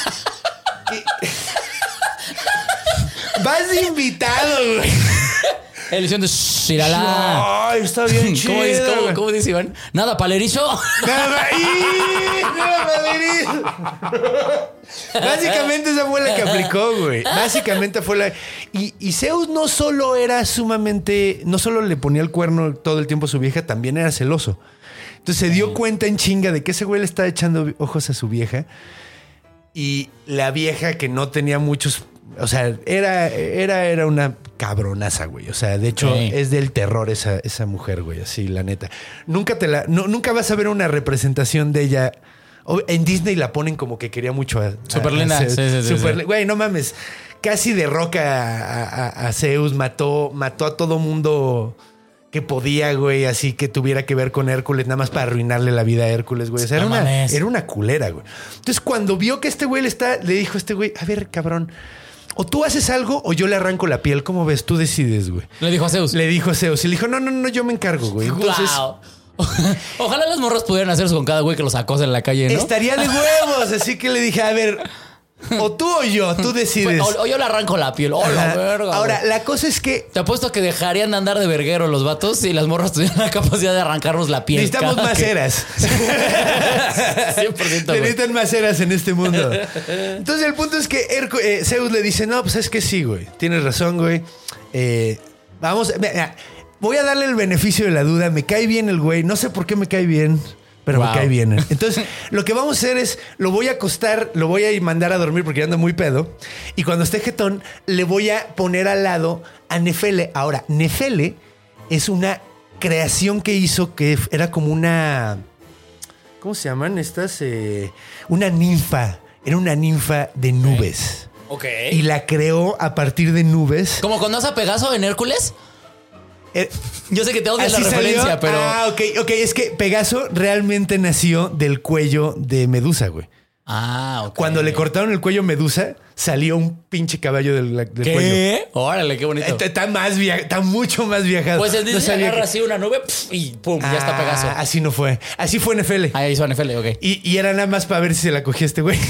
Vas de invitado, güey. El diciendo, ¡Shirala! ¡Ay, está bien chido! ¿Cómo dice, cómo, cómo dice Iván? ¿Nada palerizo? ¡Nada, ¡Nada palerizo! Básicamente esa fue la que aplicó, güey. Básicamente fue la... Y, y Zeus no solo era sumamente... No solo le ponía el cuerno todo el tiempo a su vieja, también era celoso. Entonces se dio cuenta en chinga de que ese güey le estaba echando ojos a su vieja. Y la vieja que no tenía muchos... O sea, era, era, era una cabronaza, güey. O sea, de hecho, sí. es del terror esa, esa mujer, güey. Así, la neta. Nunca te la... No, nunca vas a ver una representación de ella. En Disney la ponen como que quería mucho a... Súper linda. Sí, sí, super, sí. Güey, no mames. Casi derroca a, a, a Zeus. Mató, mató a todo mundo que podía, güey. Así que tuviera que ver con Hércules. Nada más para arruinarle la vida a Hércules, güey. O sea, era, no una, era una culera, güey. Entonces, cuando vio que este güey le está... Le dijo a este güey, a ver, cabrón... O tú haces algo o yo le arranco la piel. ¿Cómo ves? Tú decides, güey. Le dijo a Zeus. Le dijo a Zeus. Y le dijo, no, no, no, yo me encargo, güey. Entonces... Wow. Ojalá las morras pudieran hacer eso con cada güey que los acosa en la calle, ¿no? Estaría de huevos. Así que le dije, a ver... O tú o yo, tú decides. O, o yo le arranco la piel. Oh, la verga. Ahora, güey. la cosa es que... Te apuesto a que dejarían de andar de verguero los vatos si las morras tuvieran la capacidad de arrancarnos la piel. Necesitamos más que... eras. cien por ciento. Se necesitan más eras en este mundo. Entonces, el punto es que Herc- eh, Zeus le dice, no, pues es que sí, güey. Tienes razón, güey. Eh, vamos... Mira, voy a darle el beneficio de la duda. Me cae bien el güey. No sé por qué me cae bien. Pero wow. me cae bien. Entonces, lo que vamos a hacer es, lo voy a acostar, lo voy a mandar a dormir porque anda muy pedo. Y cuando esté jetón, le voy a poner al lado a Nefele. Ahora, Nefele es una creación que hizo que era como una... ¿Cómo se llaman estas? Eh, una ninfa. Era una ninfa de nubes. Ok. Y la creó a partir de nubes. ¿Como cuando hace a Pegaso en Hércules? Eh, Yo sé que te odias la referencia, salió? pero... Ah, ok, ok. Es que Pegaso realmente nació del cuello de Medusa, güey. Ah, ok. Cuando le cortaron el cuello a Medusa, salió un pinche caballo del, del ¿Qué? cuello. ¿Qué? Órale, qué bonito. Está, está más via- está mucho más viajado. Pues el Disney no agarra que... así una nube pf, y pum, ah, ya está Pegaso. Así no fue. Así fue Nefele. Ahí hizo Nefele, ok. Y, y era nada más para ver si se la cogía este güey.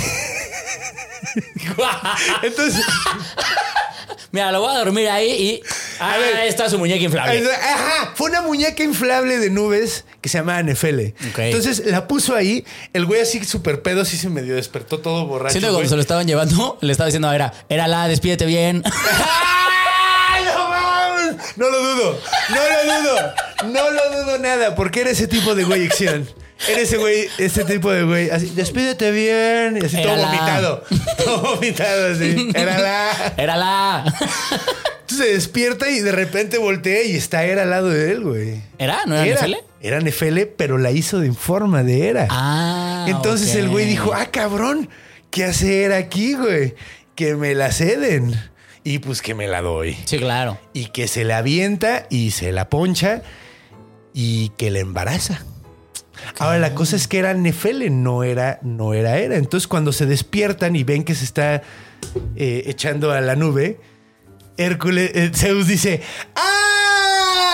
Entonces... Mira, lo voy a dormir ahí y... Ah, a ver, ahí está su muñeca inflable. Ajá, fue una muñeca inflable de nubes que se llamaba Nefele. Okay. Entonces la puso ahí, el güey así súper pedo, así se medio despertó todo borracho. Siento que cuando se lo estaban llevando, le estaba diciendo a Hera, Hérala, despídete bien. ¡Ay, no mames! No lo dudo, no lo dudo, no lo dudo nada, porque era ese tipo de güey acción. Era ese güey, ese tipo de güey, así, despídete bien, y así Érala. todo vomitado. Todo vomitado, así. Érala. Érala. Entonces se despierta y de repente voltea y está Hera al lado de él, güey. ¿Era? ¿No era, era Nefele? Era Nefele, pero la hizo de forma de Hera. Ah, entonces okay. el güey dijo, ah, cabrón, ¿qué hace Hera aquí, güey? Que me la ceden. Y pues que me la doy. Sí, claro. Y que se la avienta y se la poncha y que la embaraza. Ahora la cosa es que era Nefele, no era, no era Hera. Entonces cuando se despiertan y ven que se está eh, echando a la nube, Hércules, eh, Zeus dice, ¡ah!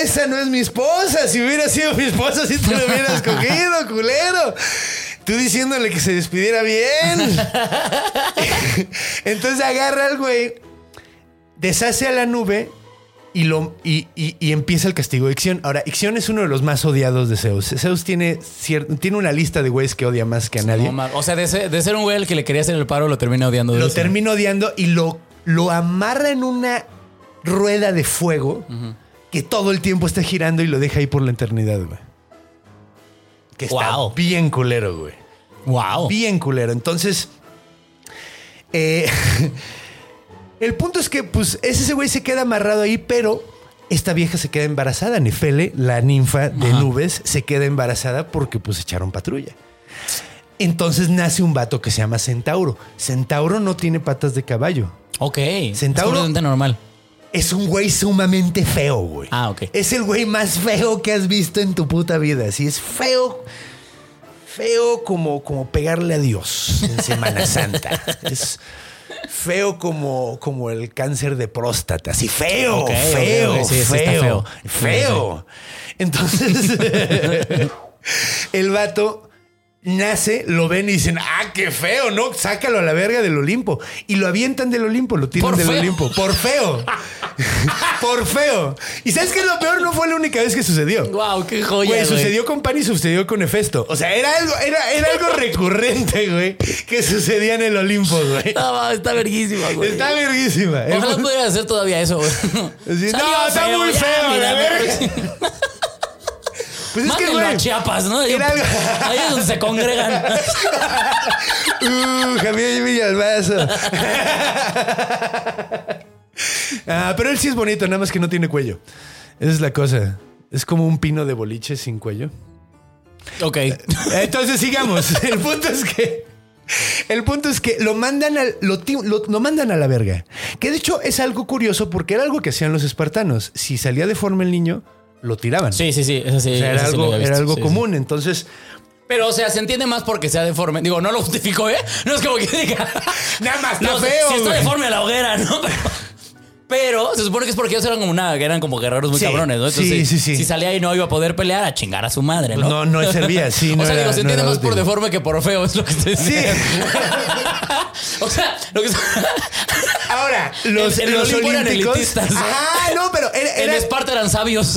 esa no es mi esposa. Si hubiera sido mi esposa, sí te lo hubieras cogido, culero. Tú diciéndole que se despidiera bien. Entonces agarra al güey, deshace a la nube y, lo, y, y, y empieza el castigo de Ixión. Ahora, Ixión es uno de los más odiados de Zeus. Zeus tiene, cier- tiene una lista de güeyes que odia más que a nadie. No, o sea, de ser, de ser un güey al que le quería hacer el paro, lo termina odiando. Lo eso. termina odiando y lo, lo amarra en una rueda de fuego uh-huh. que todo el tiempo está girando y lo deja ahí por la eternidad, güey. Que está wow. bien culero, güey. Wow. Bien culero. Entonces, eh, el punto es que, pues, ese güey se queda amarrado ahí, pero esta vieja se queda embarazada. Nefele, la ninfa de Ajá. nubes, se queda embarazada porque, pues, echaron patrulla. Entonces nace un vato que se llama Centauro. Centauro no tiene patas de caballo. Ok. Centauro es normal. Es un güey sumamente feo, güey. Ah, ok. Es el güey más feo que has visto en tu puta vida. Así es feo. Feo como, como pegarle a Dios en Semana Santa. Es feo como, como el cáncer de próstata. Así feo, okay, feo, okay, okay. Sí, feo, feo, feo. Entonces, el vato nace, lo ven y dicen, ah, qué feo, ¿no? Sácalo a la verga del Olimpo. Y lo avientan del Olimpo, lo tiran del feo. Olimpo. Por feo. Por feo. ¿Y sabes qué es lo peor? No fue la única vez que sucedió. Wow, qué joya, güey. Sucedió con Pan y sucedió con Hefesto. O sea, era algo, era, era algo recurrente, güey, que sucedía en el Olimpo, güey. No, está verguísima, güey. Está verguísima. Ojalá el... pudiera hacer todavía eso, güey. Sí, no, está feo, muy ya, feo, mira, verga. Pues es Mándenlo que, güey, a Chiapas, ¿no? Yo, algo... Ahí es donde se congregan. Uh, Javier Villalbazo. Ah, pero él sí es bonito, nada más que no tiene cuello. Esa es la cosa. Es como un pino de boliche sin cuello. Ok. Entonces sigamos. El punto es que El punto es que lo mandan a, lo, lo, lo mandan a la verga. Que de hecho es algo curioso porque era algo que hacían los espartanos. Si salía deforme el niño, lo tiraban. Sí, sí, sí. Eso sí, o sea, era, eso algo, sí era algo sí, común. Sí. Entonces... Pero, o sea, se entiende más porque sea deforme. Digo, no lo justifico, ¿eh? No es como que diga... Nada más está no, feo, si está güey. deforme a la hoguera, ¿no? Pero, pero se supone que es porque ellos eran como una... Eran como guerreros muy sí, cabrones, ¿no? sí, Entonces, sí, sí. si salía y no iba a poder pelear, a chingar a su madre, ¿no? No, no servía, sí. No o sea, era, digo, se no entiende más útil. por deforme que por feo, es lo que estoy diciendo. Sí. O sea, lo que... Ahora, los, en, en los el olímpicos... elitistas. Ah, no, pero... Era, era... En Esparta eran sabios.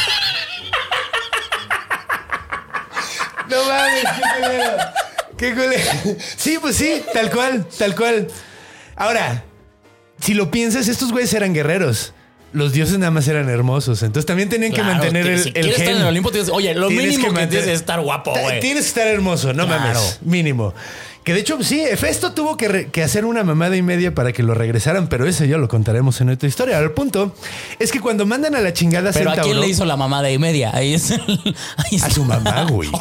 No mames, qué culero. Qué culero. Sí, pues sí, tal cual, tal cual. Ahora, si lo piensas, estos güeyes eran guerreros. Los dioses nada más eran hermosos. Entonces también tenían claro, que mantener que, el, si el quieres gen. estar en el Olimpo, tienes, oye, lo tienes mínimo que, que tienes es estar guapo, güey. Tienes que estar hermoso, no claro. mames. Mínimo. Que de hecho, sí, Hefesto tuvo que, re, que hacer una mamada y media para que lo regresaran, pero eso ya lo contaremos en otra historia. Ahora, el punto es que cuando mandan a la chingada a Pero Centauro, ¿a quién le hizo la mamada y media? Ahí es el, ahí a su mamá, güey.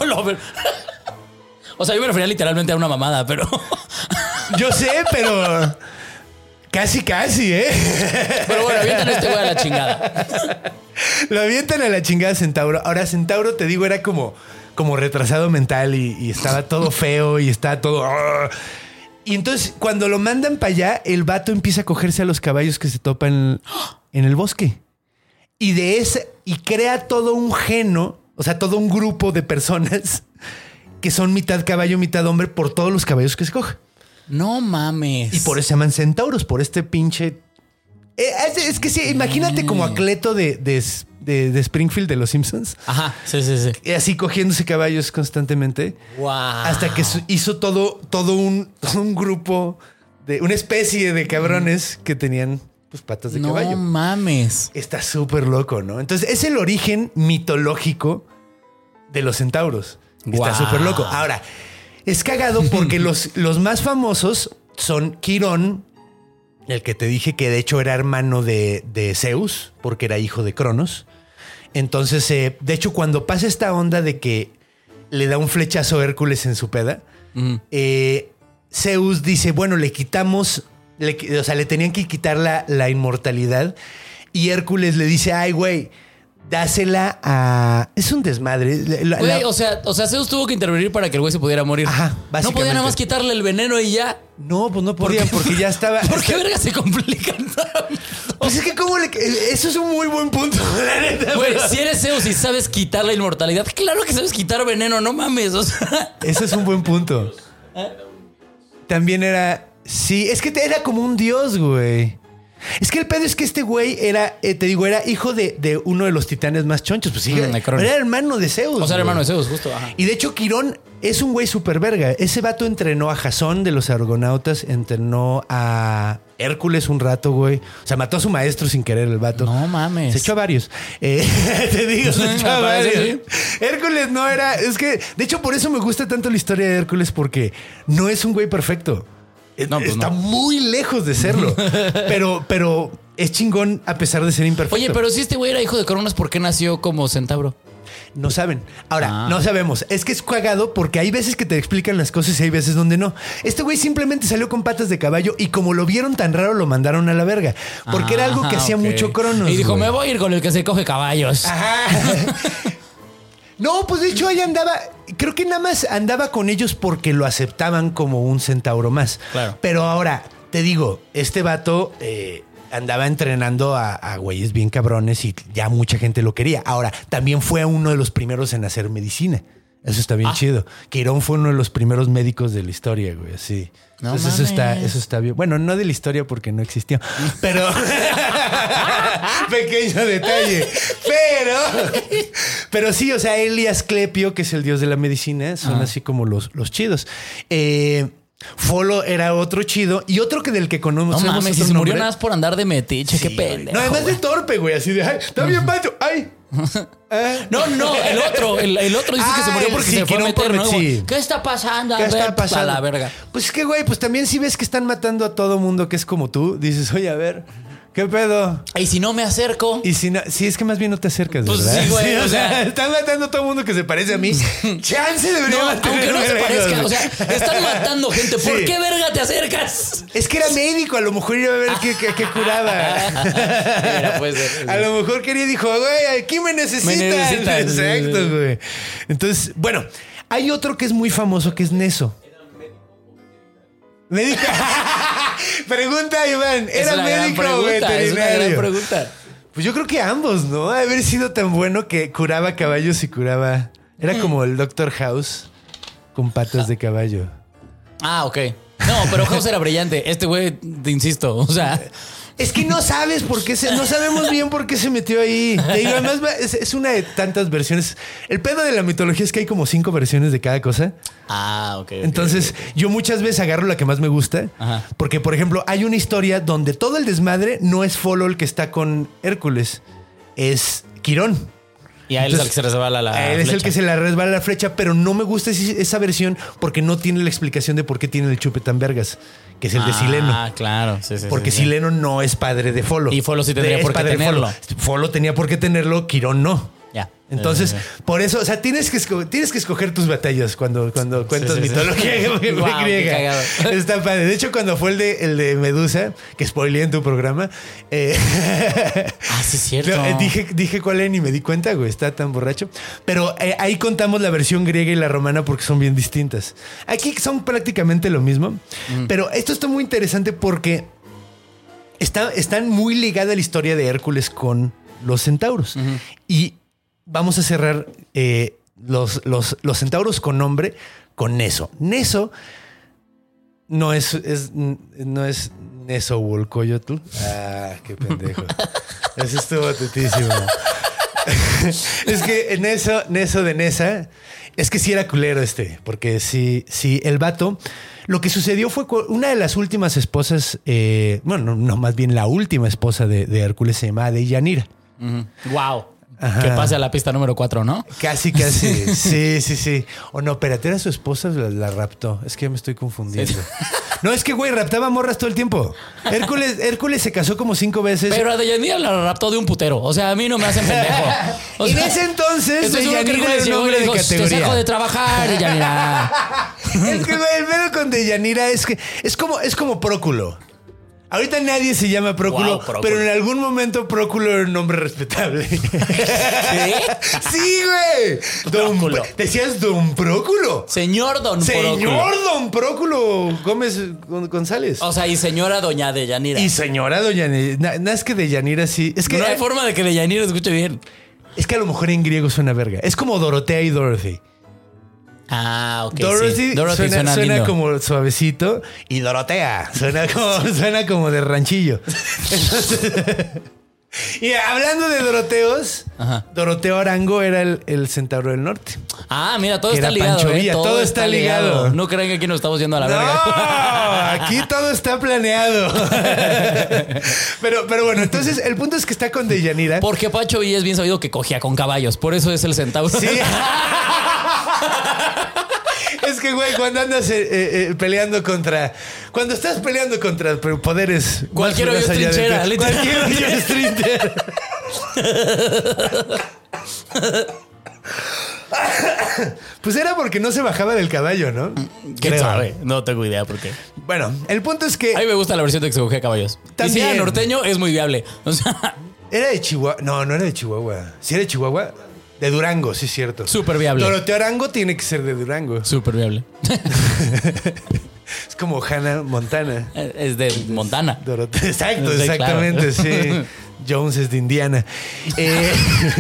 O sea, yo me refería literalmente a una mamada, pero... Yo sé, pero... Casi, casi, ¿eh? Pero bueno, avientan a este güey a la chingada. Lo avientan a la chingada Centauro. Ahora, Centauro, te digo, era como, como retrasado mental y, y estaba todo feo y estaba todo... Y entonces, cuando lo mandan para allá, el vato empieza a cogerse a los caballos que se topan en el bosque. Y de ese... Y crea todo un geno, o sea, todo un grupo de personas... que son mitad caballo, mitad hombre por todos los caballos que se coge. No mames. Y por eso se llaman centauros, por este pinche... Eh, es, es que sí, imagínate como a Cleto de, de, de, de Springfield de los Simpsons. Ajá, sí, sí, sí. Así cogiéndose caballos constantemente. Wow. Hasta que hizo todo, todo, un, todo un grupo, de una especie de cabrones mm. que tenían pues, patas de no caballo. No mames. Está súper loco, ¿no? Entonces es el origen mitológico de los centauros. Está súper wow. loco. Ahora, es cagado porque los, los más famosos son Quirón, el que te dije que de hecho era hermano de, de Zeus, porque era hijo de Cronos. Entonces, eh, de hecho, cuando pasa esta onda de que le da un flechazo a Hércules en su peda, mm. eh, Zeus dice, bueno, le quitamos, le, o sea, le tenían que quitar la, la inmortalidad. Y Hércules le dice, ay, güey, dásela a... Es un desmadre. La, güey, la... o sea, o sea, Zeus tuvo que intervenir para que el güey se pudiera morir. Ajá, básicamente. No podía nada más quitarle el veneno y ya. No, pues no podían porque ya estaba... ¿Por qué verga se complican? Pues es que cómo le... Eso es un muy buen punto, la neta. Güey, pero- si eres Zeus y sabes quitar la inmortalidad, claro que sabes quitar veneno, no mames. O sea, Ese es un buen punto. También era... Sí, es que era como un dios, güey. Es que el pedo es que este güey era, eh, te digo, era hijo de, de uno de los titanes más chonchos. Pues sí, Mm, era, Necron. era hermano de Zeus. o sea, güey. hermano de Zeus, justo. Ajá. Y de hecho, Quirón es un güey súper verga. Ese vato entrenó a Jasón de los Argonautas, entrenó a Hércules un rato, güey. O sea, mató a su maestro sin querer el vato. No mames. Se echó a varios. Eh, te digo, se echó a Me parece, varios. Hércules no era... Es que, de hecho, por eso me gusta tanto la historia de Hércules, porque no es un güey perfecto. No, pues Está no. muy lejos de serlo. pero, pero es chingón a pesar de ser imperfecto. Oye, pero si este güey era hijo de Cronos, ¿por qué nació como centauro? No saben. Ahora, Ah. no sabemos. Es que es cagado porque hay veces que te explican las cosas y hay veces donde no. Este güey simplemente salió con patas de caballo y como lo vieron tan raro lo mandaron a la verga. Porque era algo que Ah, hacía ok. mucho Cronos. Y dijo, güey. me voy a ir con el que se coge caballos. Ajá. No, pues de hecho ahí andaba, creo que nada más andaba con ellos porque lo aceptaban como un centauro más. Claro. Pero ahora, te digo, este vato eh, andaba entrenando a, a güeyes bien cabrones y ya mucha gente lo quería. Ahora, también fue uno de los primeros en hacer medicina. Eso está bien Ah. chido. Quirón fue uno de los primeros médicos de la historia, güey, así. No Entonces eso está, mames. eso está bien. Bueno, no de la historia porque no existió, pero pequeño detalle. Pero, pero sí, o sea, él y Asclepio, que es el dios de la medicina, son Ajá. así como los, los chidos. Eh, Folo era otro chido y otro que del que No conocemos. mames, si otro se murió nombre. nada más por andar de metiche, qué Sí, güey. pendejo. No, además de güey. torpe, güey, así de, ay, está bien, macho, ay. Ah. No, no, el otro, el, el otro dice que se Ah, murió porque sí, se fue a que no meter, por- ¿no? sí. ¿Qué está pasando? A ¿Qué ver, está pasando? A la verga. Pues es que, güey, pues también si ves que están matando a todo mundo que es como tú, dices, oye, a ver, ¿qué pedo? Y si no me acerco. Y si no, si es que más bien no te acercas, Pues ¿verdad? sí, güey, o sea. están matando a todo mundo que se parece a mí. Chance debería No, mantenerme aunque no se lejos, parezca, güey. o sea, están matando gente. ¿Por Sí. qué verga te acercas? Es que era médico, a lo mejor iba a ver qué, qué, qué curaba. Mira, puede ser. A lo mejor quería y dijo, güey, aquí me necesitan. Me necesitan. Exacto, güey. Entonces, bueno, hay otro que es muy famoso que es Neso. Médico. Pregunta, Iván. Es ¿Era una gran médico o pregunta, es una gran veterinario? pregunta. Pues yo creo que ambos, ¿no? Haber sido tan bueno que curaba caballos y curaba. Era como el Doctor House con patas de caballo. Ah, ok. No, pero House era brillante. Este güey, te insisto, o sea, Es que no sabes por qué se, no sabemos bien por qué se metió ahí. Te digo, además va- es, es una de tantas versiones. El pedo de la mitología es que hay como cinco versiones de cada cosa. ah, ok. ok, Entonces, ok, ok. yo muchas veces agarro la que más me gusta. Ajá. Porque, por ejemplo, hay una historia donde todo el desmadre no es Folo el que está con Hércules, es Quirón. Y a él es el que se resbala la. A él es el flecha. que se la resbala la flecha, pero no me gusta ese- esa versión porque no tiene la explicación de por qué tiene el chupe tan vergas, que es el de Sileno. Ah, claro. Sí, sí, Porque sí, sí. Sileno no es padre de Folo. Y Folo sí tendría Es por qué padre de tenerlo. Folo. Folo tenía por qué tenerlo, Quirón no. Ya. Entonces, Sí, sí, sí. por eso, o sea, tienes que, esco- tienes que escoger tus batallas cuando, cuando cuentas sí, sí. mitología Guau, qué griega. cagado. Está padre. De hecho, cuando fue el de, el de Medusa, que spoileé en tu programa, eh, Ah, sí, es cierto. no, eh, dije, dije cuál era y me di cuenta, güey, está tan borracho. Pero eh, ahí contamos la versión griega y la romana porque son bien distintas. Aquí son prácticamente lo mismo. Pero esto está muy interesante porque está, están muy ligada la historia de Hércules con los centauros. Y vamos a cerrar eh, los, los, los centauros con nombre con Neso. Neso no es, es- no es Nezahualcóyotl. Ah, qué pendejo. Eso estuvo tetísimo. Es que Neso, Neso de Nesa, es que sí era culero este, porque sí, sí, el vato. Lo que sucedió fue cu- una de las últimas esposas, eh, bueno, no, no, más bien la última esposa de, de Hércules se llamaba Deyanira. Wow. Ajá. Que pase a la pista número cuatro, ¿no? Casi, casi. Sí, sí, sí. O no, espérate, era su esposa, la, la raptó. Es que ya me estoy confundiendo. Sí. No, es que, güey, raptaba morras todo el tiempo. Hércules, Hércules se casó como cinco veces. Pero a Deyanira la raptó de un putero. O sea, a mí no me hacen pendejo. O En sea, ese entonces, estoy seguro que Deyanira Hércules era un llegó y hombre le de dijo, te categoría. saco de trabajar, Deyanira. Es que, güey, el pedo con Deyanira es que es como, es como Próculo. Ahorita nadie se llama Próculo, Wow, Próculo. pero en algún momento Próculo era un nombre respetable. ¿Qué? Sí, güey. Don Próculo. Decías Don Próculo. Señor Don Señor Próculo. Don Próculo Gómez González. O sea, y señora Doña Deyanira. Y señora Doña Nada na, es que Deyanira sí. Es que, no hay forma de que Deyanira escuche bien. Es que a lo mejor en griego suena verga. Es como Dorotea y Dorothy. Ah, ok. Dorothy, sí. Dorothy suena, suena, suena lindo. como suavecito y Dorotea suena como, suena como de ranchillo. Entonces, y hablando de Doroteos, Ajá. Doroteo Arango era el, el centauro del norte. Ah, mira, todo Que está era ligado. Pancho ¿eh? Villa, Todo, todo está, está ligado. ligado. No crean que aquí nos estamos yendo a la No, verga. aquí todo está planeado. pero, pero bueno, entonces el punto es que está con Deyanira. Porque Pancho Villa es bien sabido que cogía con caballos. Por eso es el centauro. Sí. Es que, güey, cuando andas eh, eh, peleando contra... Cuando estás peleando contra poderes... Cualquier más hoyo es allá de trinchera, ti. literal. Cualquier hoyo es trinchera. Pues era porque no se bajaba del caballo, ¿no? ¿Quién Creo. sabe? No tengo idea por qué. Bueno, el punto es que... A mí me gusta la versión de que se cogía caballos. También. Y si era norteño, es muy viable. O sea, Era de Chihuahua. No, no era de Chihuahua. ¿Sí era de Chihuahua? De Durango, sí es cierto. súper viable. Doroteo Arango tiene que ser de Durango. Súper viable. Es como Hannah Montana. Es de Montana. Doroteo. Exacto, Sí, exactamente, claro. sí. Jones es de Indiana. Eh,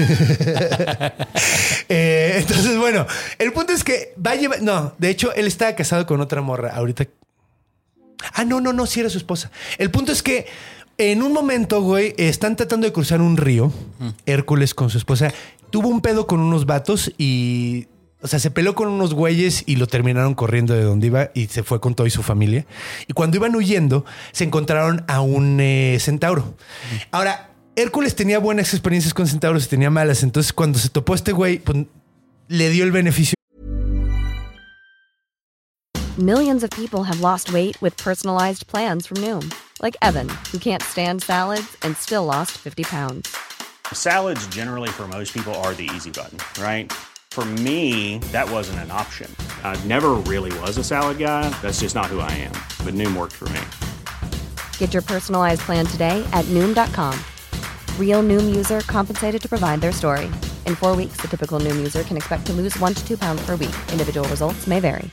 eh, entonces, bueno, el punto es que va a llevar... No, de hecho, él estaba casado con otra morra. Ahorita... Ah, no, no, no, sí era su esposa. El punto es que en un momento, güey, están tratando de cruzar un río. Hércules con su esposa. Tuvo un pedo con unos vatos y... O sea, se peleó con unos güeyes y lo terminaron corriendo de donde iba y se fue con toda y su familia. Y cuando iban huyendo, se encontraron a un eh, centauro. Ahora, Hércules tenía buenas experiencias con centauros y tenía malas. Entonces, cuando se topó este güey, pues, le dio el beneficio. Millions of people have lost weight with personalized plans from Noom. Like Evan, who can't stand salads and still lost fifty pounds. Salads generally for most people are the easy button, right? For me, that wasn't an option. I never really was a salad guy. That's just not who I am. But Noom worked for me. Get your personalized plan today at Noom dot com. Real Noom user compensated to provide their story. In four weeks, the typical Noom user can expect to lose one to two pounds per week. Individual results may vary.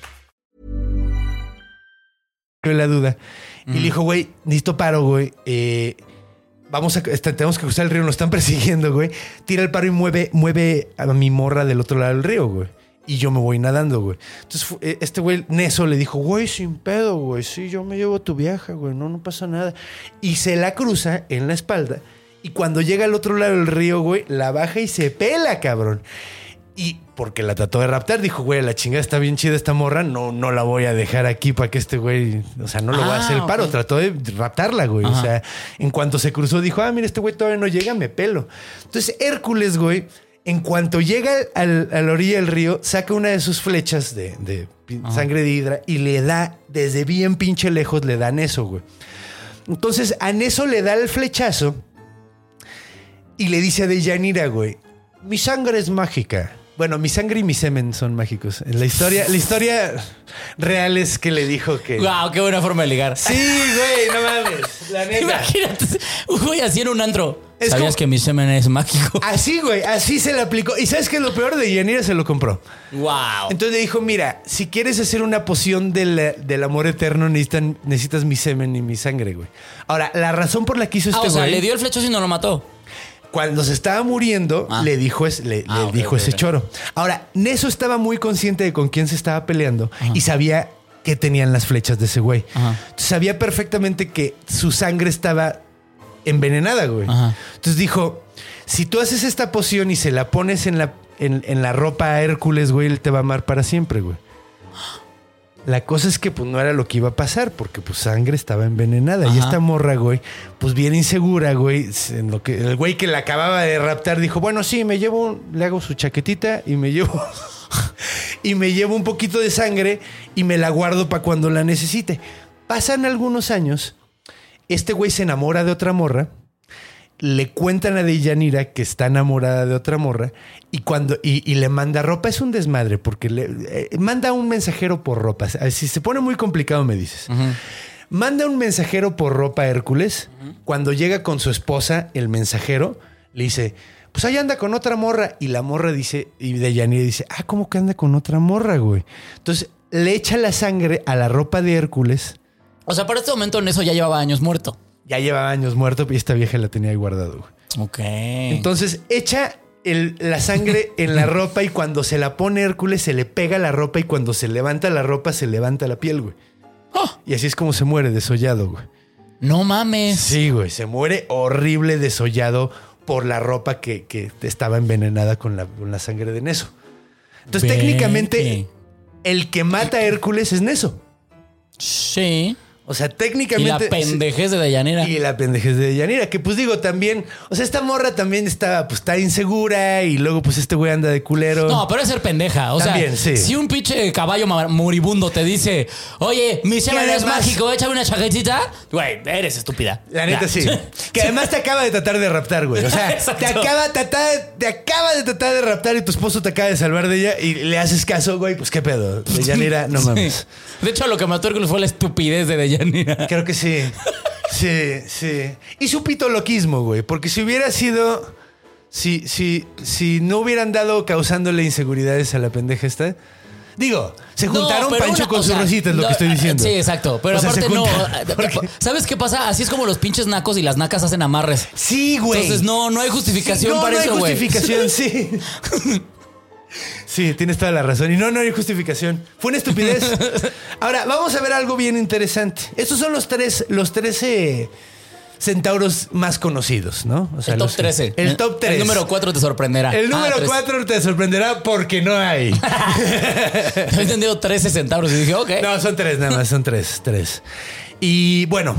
La duda. Y le dijo, güey, necesito paro, güey. Eh, vamos a, este, tenemos que cruzar el río, nos están persiguiendo, güey. Tira el paro y mueve, mueve a mi morra del otro lado del río, güey. Y yo me voy nadando, güey. Entonces, este güey, Neso, le dijo, güey, sin pedo, güey. Sí, yo me llevo a tu vieja, güey. No, no pasa nada. Y se la cruza en la espalda. Y cuando llega al otro lado del río, güey, la baja y se pela, cabrón. Y porque la trató de raptar, dijo, güey, la chingada está bien chida esta morra, no, no la voy a dejar aquí para que este güey, o sea, no lo Ah, voy a hacer el paro. ok. Trató de raptarla, güey. Ajá. O sea, en cuanto se cruzó, dijo, ah, mira, este güey todavía no llega, me pelo. Entonces, Hércules, güey, en cuanto llega al, a la orilla del río, saca una de sus flechas de, de pin- sangre de hidra y le da, desde bien pinche lejos, le dan eso, güey. Entonces, a Neso le da el flechazo y le dice a Deyanira, güey, mi sangre es mágica. Bueno, mi sangre y mi semen son mágicos. En la historia, la historia real es que le dijo que... Wow, qué buena forma de ligar. Sí, güey, no mames. La neta. Imagínate, güey, así en un antro. Es ¿Sabías como- que mi semen es mágico? Así, güey, así se le aplicó. ¿Y sabes qué es lo peor? De Deyanira se lo compró. Wow. Entonces le dijo, mira, si quieres hacer una poción del, del amor eterno, necesitan, necesitas mi semen y mi sangre, güey. Ahora, la razón por la que hizo Ah, este o sea, güey... le dio el flechazo y no lo mató. Cuando se estaba muriendo, Ah. le dijo, es, le, Ah, le ok, dijo ok, ese ok. choro. Ahora, Neso estaba muy consciente de con quién se estaba peleando y sabía que tenían las flechas de ese güey. Ajá. Entonces, sabía perfectamente que su sangre estaba envenenada, güey. Ajá. Entonces dijo, si tú haces esta poción y se la pones en la, en, en la ropa a Hércules, güey, él te va a amar para siempre, güey. La cosa es que pues no era lo que iba a pasar porque pues sangre estaba envenenada. Ajá. Y esta morra, güey, pues bien insegura, güey. En lo que, el güey que la acababa de raptar dijo, bueno, sí, me llevo, le hago su chaquetita y me llevo... y me llevo un poquito de sangre y me la guardo para cuando la necesite. Pasan algunos años, este güey se enamora de otra morra, le cuentan a Deyanira que está enamorada de otra morra y cuando y, y le manda ropa. Es un desmadre porque le eh, manda un mensajero por ropa. Si se pone muy complicado, me dices. Manda un mensajero por ropa a Hércules. Uh-huh. Cuando llega con su esposa, el mensajero le dice, pues ahí anda con otra morra. Y la morra dice, y Deyanira dice, ah, ¿cómo que anda con otra morra, güey? Entonces le echa la sangre a la ropa de Hércules. O sea, para este momento en eso ya llevaba años muerto. Ya llevaba años muerto y esta vieja la tenía ahí guardado, güey. Ok. Entonces echa el, la sangre en la ropa y cuando se la pone Hércules se le pega la ropa y cuando se levanta la ropa se levanta la piel, güey. Oh. Y así es como se muere, desollado, güey. No mames. Sí, güey. Se muere horrible, desollado por la ropa que, que estaba envenenada con la, con la sangre de Neso. Entonces, Ve técnicamente, el que mata a Hércules es Neso. Sí. O sea, técnicamente... Y la pendejez de Deyanira. Y la pendejez de Deyanira. Que pues digo, también... O sea, esta morra también está, pues, está insegura y luego pues este güey anda de culero. No, pero es ser pendeja. O también, sea, sí. Si un pinche caballo moribundo te dice, oye, mi semen es mágico, échame una chaquetita. Güey, eres estúpida. La neta, ya. Sí. Que además te acaba de tratar de raptar, güey. O sea, te acaba, te, te acaba de tratar de raptar y tu esposo te acaba de salvar de ella y le haces caso, güey. Pues qué pedo. Deyanira, no mames. Sí. De hecho, lo que mató a Hércules fue la estupidez de Deyanira. Creo que sí. Sí, sí. Y su pitoloquismo, güey. Porque si hubiera sido... Si, si, si no hubieran dado causándole inseguridades a la pendeja esta... Digo, se juntaron no, Pancho una, con su sea, Rosita, es lo no, que estoy diciendo. Sí, exacto. Pero o sea, aparte no... Porque... ¿Sabes qué pasa? Así es como los pinches nacos y las nacas hacen amarres. Sí, güey. Entonces no, no hay justificación sí, no, para no eso, güey. No hay justificación, sí. Sí, tienes toda la razón. Y no, no hay justificación. Fue una estupidez. Ahora, vamos a ver algo bien interesante. Estos son los tres, los trece centauros más conocidos, ¿no? O sea, el top los, trece. El top tres. El número cuatro te sorprenderá. El número ah, cuatro te sorprenderá porque no hay. He entendido trece centauros y dije, ok. No, son tres nada más, son tres, tres. Y bueno,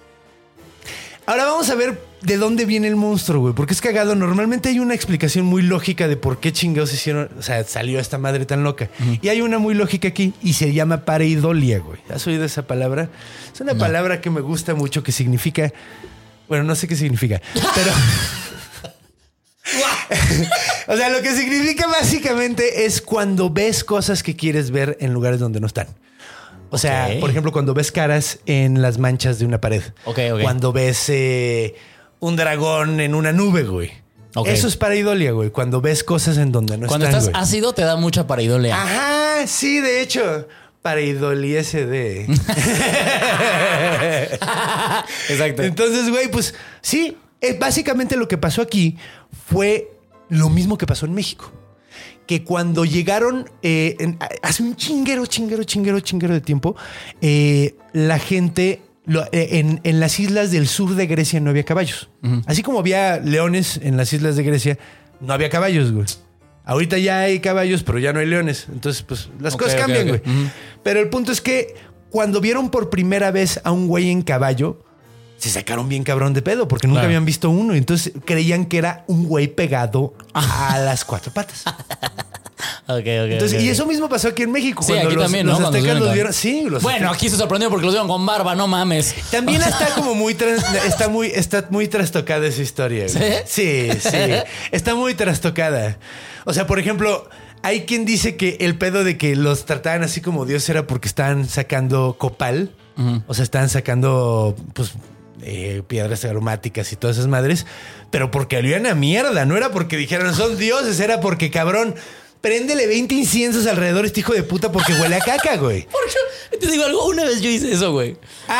ahora vamos a ver de dónde viene el monstruo, güey. Porque es cagado. Normalmente hay una explicación muy lógica de por qué chingados hicieron... O sea, salió esta madre tan loca. Uh-huh. Y hay una muy lógica aquí y se llama pareidolia, güey. ¿Has oído esa palabra? Es una no. palabra que me gusta mucho que significa... Bueno, no sé qué significa, pero... O sea, lo que significa básicamente es cuando ves cosas que quieres ver en lugares donde no están. O sea, okay. Por ejemplo, cuando ves caras en las manchas de una pared. Okay, okay. Cuando ves... Eh, un dragón en una nube, güey. Okay. Eso es pareidolia, güey. Cuando ves cosas en donde no Cuando están, estás güey. ácido te da mucha pareidolia. Ajá, sí, de hecho. Pareidolia S D. Exacto. Entonces, güey, pues sí. Eh, básicamente lo que pasó aquí fue lo mismo que pasó en México. Que cuando llegaron, eh, en, hace un chinguero, chinguero, chinguero, chinguero de tiempo, eh, la gente... Lo, en, en las islas del sur de Grecia no había caballos. Uh-huh. Así como había leones en las islas de Grecia, no había caballos, güey. Ahorita ya hay caballos, pero ya no hay leones. Entonces, pues, las okay, cosas cambian, okay, okay. güey. Uh-huh. Pero el punto es que cuando vieron por primera vez a un güey en caballo, se sacaron bien cabrón de pedo porque nunca claro. habían visto uno. Entonces creían que era un güey pegado a las cuatro patas. Okay, okay, Entonces, okay, y eso mismo pasó aquí en México. Sí, cuando aquí los, también, los ¿no? aztecas los los vieron. Sí, los bueno, aztecas. aquí se sorprendió porque los vieron con barba, no mames. También está como muy trans, está muy está muy trastocada esa historia. ¿Sí? Sí, sí. Está muy trastocada. O sea, por ejemplo, hay quien dice que el pedo de que los trataban así como Dios era porque estaban sacando copal. Uh-huh. O sea, estaban sacando, pues, eh, piedras aromáticas y todas esas madres. Pero porque olían a mierda. No era porque dijeran son dioses, era porque, cabrón, préndele veinte inciensos alrededor este hijo de puta porque huele a caca, güey. Porque, te digo algo, una vez yo hice eso, güey.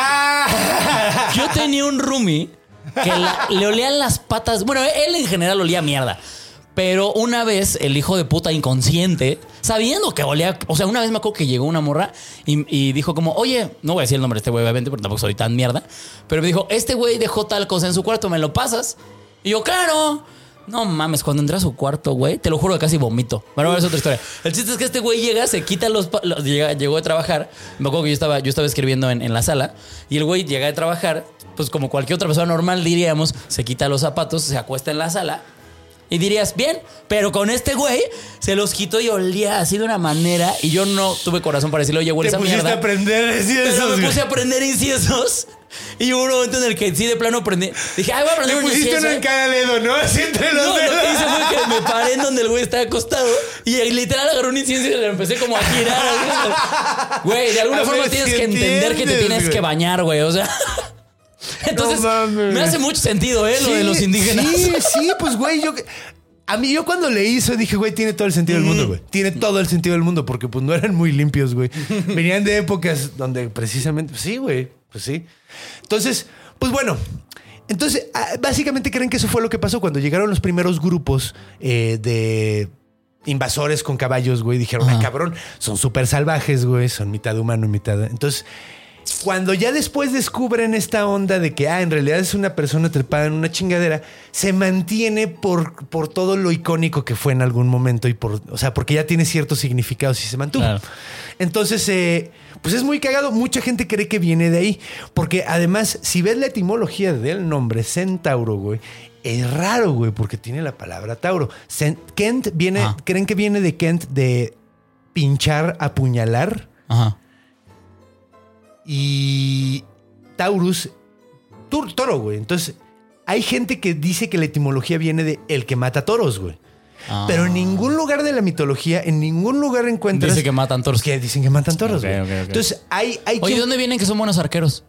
Ah. Yo tenía un roomie que la, le olían las patas. Bueno, él en general olía a mierda. Pero una vez el hijo de puta inconsciente, sabiendo que olía... O sea, una vez me acuerdo que llegó una morra y, y dijo como... Oye, no voy a decir el nombre de este güey, obviamente, porque tampoco soy tan mierda. Pero me dijo, este güey dejó tal cosa en su cuarto, ¿me lo pasas? Y yo, claro... No mames, cuando entré a su cuarto, güey, te lo juro que casi vomito. Bueno, es otra historia. El chiste es que este güey llega, se quita los... los llega, llegó de trabajar. Me acuerdo que yo estaba, yo estaba escribiendo en, en la sala. Y el güey llega de trabajar, pues como cualquier otra persona normal diríamos, se quita los zapatos, se acuesta en la sala. Y dirías, bien, pero con este güey se los quitó y olía así de una manera. Y yo no tuve corazón para decirle, oye, huele esa mierda. Te pusiste a prender inciensos. Pero me puse a prender inciensos. Y hubo un momento en el que sí, de plano prendí. Dije, ay, voy a prender Le un pusiste incienso. uno en cada dedo, ¿no? Así entre los No, dedos. lo que hice fue que me paré en donde el güey estaba acostado y literal agarré un incienso y le empecé como a girar. Güey, de alguna A forma ver tienes si que entender que te entiendes, tienes güey. que bañar, güey. O sea. Entonces, No mames. me hace mucho sentido, ¿eh? Lo Sí, de los indígenas. Sí, sí, pues, güey, yo... A mí, yo cuando leí eso dije, güey, tiene todo el sentido del mundo, güey. Tiene todo el sentido del mundo porque, pues, no eran muy limpios, güey. Venían de épocas donde precisamente... Sí, güey, pues sí. Entonces, pues, bueno... Entonces, básicamente creen que eso fue lo que pasó cuando llegaron los primeros grupos eh, de invasores con caballos, güey. Dijeron, ah, cabrón, son súper salvajes, güey. Son mitad humano y mitad... Entonces... Cuando ya después descubren esta onda de que, ah, en realidad es una persona trepada en una chingadera, se mantiene por, por todo lo icónico que fue en algún momento y por, o sea, porque ya tiene ciertos significados y se mantuvo. Claro. Entonces, eh, pues es muy cagado. Mucha gente cree que viene de ahí, porque además, si ves la etimología del nombre Centauro, güey, es raro, güey, porque tiene la palabra Tauro. Kent viene, ah. creen que viene de Kent de pinchar, apuñalar. Ajá. Y Taurus, toro, güey. Entonces, hay gente que dice que la etimología viene de el que mata toros, güey. Ah. Pero en ningún lugar de la mitología, en ningún lugar encuentras... Dice que matan toros. Que dicen que matan toros, okay, güey. Okay, okay. Entonces, hay... hay Oye, quien... ¿dónde vienen que son buenos arqueros?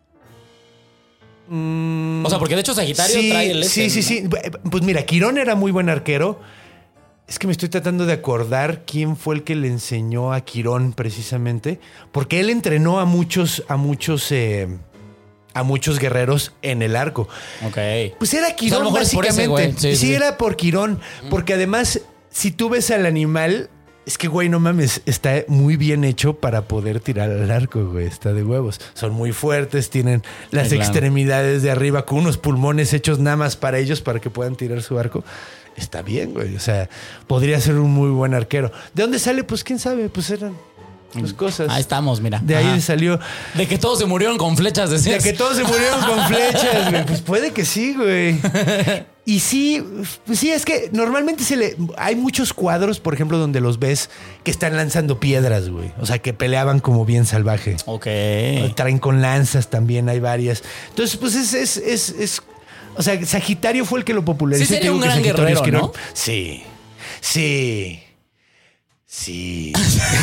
Mm, o sea, porque de hecho Sagitario sí, trae el... Sí, sí, sí. Pues mira, Quirón era muy buen arquero. Es que me estoy tratando de acordar quién fue el que le enseñó a Quirón precisamente, porque él entrenó a muchos, a muchos, eh, a muchos guerreros en el arco. Ok. Pues era Quirón, o sea, básicamente. Sí, sí, sí, era por Quirón, porque además, si tú ves al animal, es que, güey, no mames, está muy bien hecho para poder tirar al arco, güey. Está de huevos. Son muy fuertes, tienen las sí, claro. extremidades de arriba con unos pulmones hechos nada más para ellos, para que puedan tirar su arco. Está bien, güey. O sea, podría ser un muy buen arquero. ¿De dónde sale? Pues quién sabe. Pues eran las cosas. Ahí estamos, mira. De ahí Ajá. salió. De que todos se murieron con flechas, decías. De que todos se murieron con flechas, güey. Pues puede que sí, güey. Y sí, pues sí, es que normalmente se le... Hay muchos cuadros, por ejemplo, donde los ves que están lanzando piedras, güey. O sea, que peleaban como bien salvaje. Ok. Traen con lanzas también, hay varias. Entonces, pues es... es, es, es O sea, Sagitario fue el que lo popularizó. Sí, sería un gran guerrero, ¿no? Sí, sí, sí.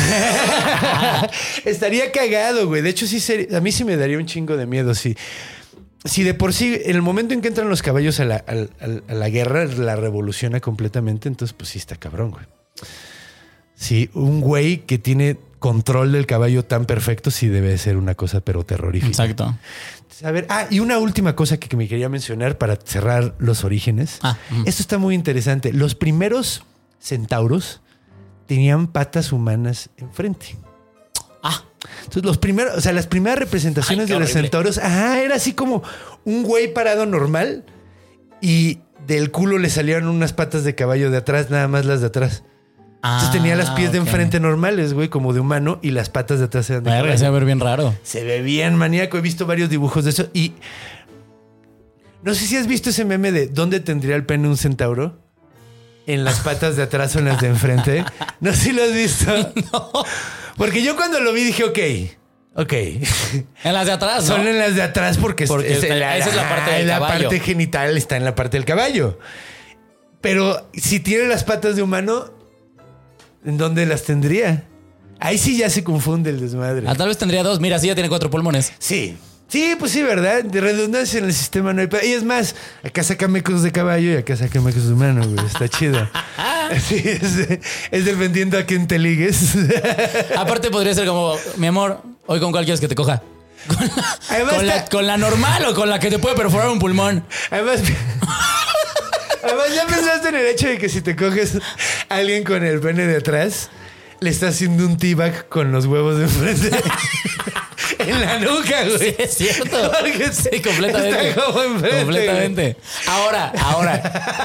Estaría cagado, güey. De hecho, sí sería, a mí sí me daría un chingo de miedo, sí. Si de por sí, en el momento en que entran los caballos a la, a, a la guerra, la revoluciona completamente, entonces pues sí está cabrón, güey. Sí, un güey que tiene control del caballo tan perfecto sí debe ser una cosa pero terrorífica. Exacto. A ver, ah, y una última cosa que, que me quería mencionar para cerrar los orígenes. Ah, mm. Esto está muy interesante. Los primeros centauros tenían patas humanas enfrente. Ah. Entonces, los primeros, o sea, las primeras representaciones Ay, de los centauros, ajá, era así como un güey parado normal y del culo le salieron unas patas de caballo de atrás, nada más las de atrás. Entonces Ah, tenía las pies de ok. enfrente normales, güey, como de humano, y las patas de atrás eran de Verga, caballo. se va a ver bien raro. Se ve bien maníaco. He visto varios dibujos de eso. Y no sé si has visto ese meme de ¿dónde tendría el pene un centauro? ¿En las patas de atrás o en las de enfrente? No sé si lo has visto. No. Porque yo cuando lo vi dije, ok, ok. En las de atrás, ¿no? Son en las de atrás porque, Porque es, está- la, esa es la parte del la caballo. parte genital está en la parte del caballo. Pero si tiene las patas de humano, ¿en dónde las tendría? Ahí sí ya se confunde el desmadre. Ah, tal vez tendría dos. Mira, sí, ya tiene cuatro pulmones. Sí. Sí, pues sí, ¿verdad? De redundancia en el sistema no hay... pe- Y es más, acá saca mecos de caballo y acá saca mecos de humano, güey. Está chido. Sí, es, es dependiendo a quién te ligues. Aparte podría ser como, mi amor, hoy con cuál quieres que te coja. ¿Con la, Además con, la, está- con la normal o con la que te puede perforar un pulmón? Además... Además, ¿ya pensaste en el hecho de que si te coges a alguien con el pene de atrás, le estás haciendo un teabag con los huevos de enfrente? En la nuca, güey. Sí, es cierto. Porque Sí, completamente. está como enfrente, Completamente. Ahora, ahora.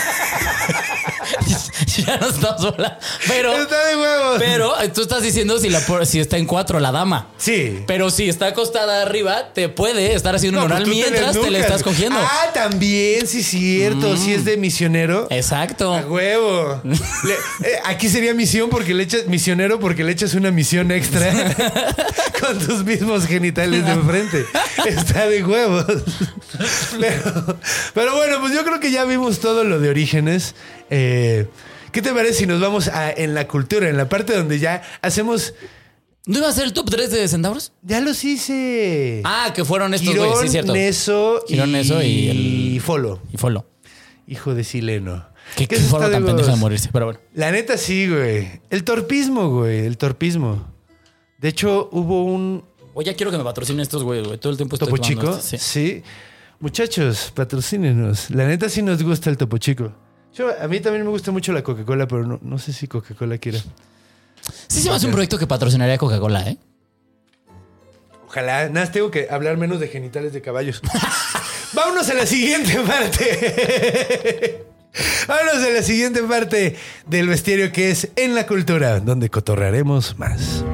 Ya no estamos hablando. Pero, güey. Está de huevos. pero tú estás diciendo si, la, por- si está en cuatro la dama. Sí. Pero si está acostada arriba, te puede estar haciendo un No, oral pues tú te mientras te le desnucas. estás cogiendo. Ah, también, sí, cierto. Si es de misionero. Exacto. A huevo. Le- eh, aquí sería misión porque le echas misionero porque le echas una misión extra. con tus mismos genitales de enfrente. Está de huevos. Pero, pero bueno, pues yo creo que ya vimos todo lo de Orígenes. Eh, ¿Qué te parece si nos vamos a, en la cultura, en la parte donde ya hacemos... ¿No iba a ser el top tres de centauros? Ya los hice. Ah, que fueron estos Quirón, güeyes, sí, cierto. Neso Quirón, y... Neso y el... y Folo. Y Folo. Hijo de Sileno. Qué, qué eso Folo está tan de pendeja de huevos. morirse, pero bueno. La neta sí, güey. El torpismo, güey. El torpismo. De hecho, hubo un... Oye, ya quiero que me patrocinen estos güeyes, güey. Todo el tiempo estoy ¿Topo tomando Chico? esto, sí. Sí. Muchachos, patrocínenos. La neta sí nos gusta el Topo Chico. Yo, a mí también me gusta mucho la Coca-Cola, pero no, no sé si Coca-Cola quiera. Sí se me hace un proyecto que patrocinaría Coca-Cola, ¿eh? Ojalá. Nada, más tengo que hablar menos de genitales de caballos. Vámonos a la siguiente parte. Vámonos a la siguiente parte del bestiario, que es En la Cultura, donde cotorrearemos más.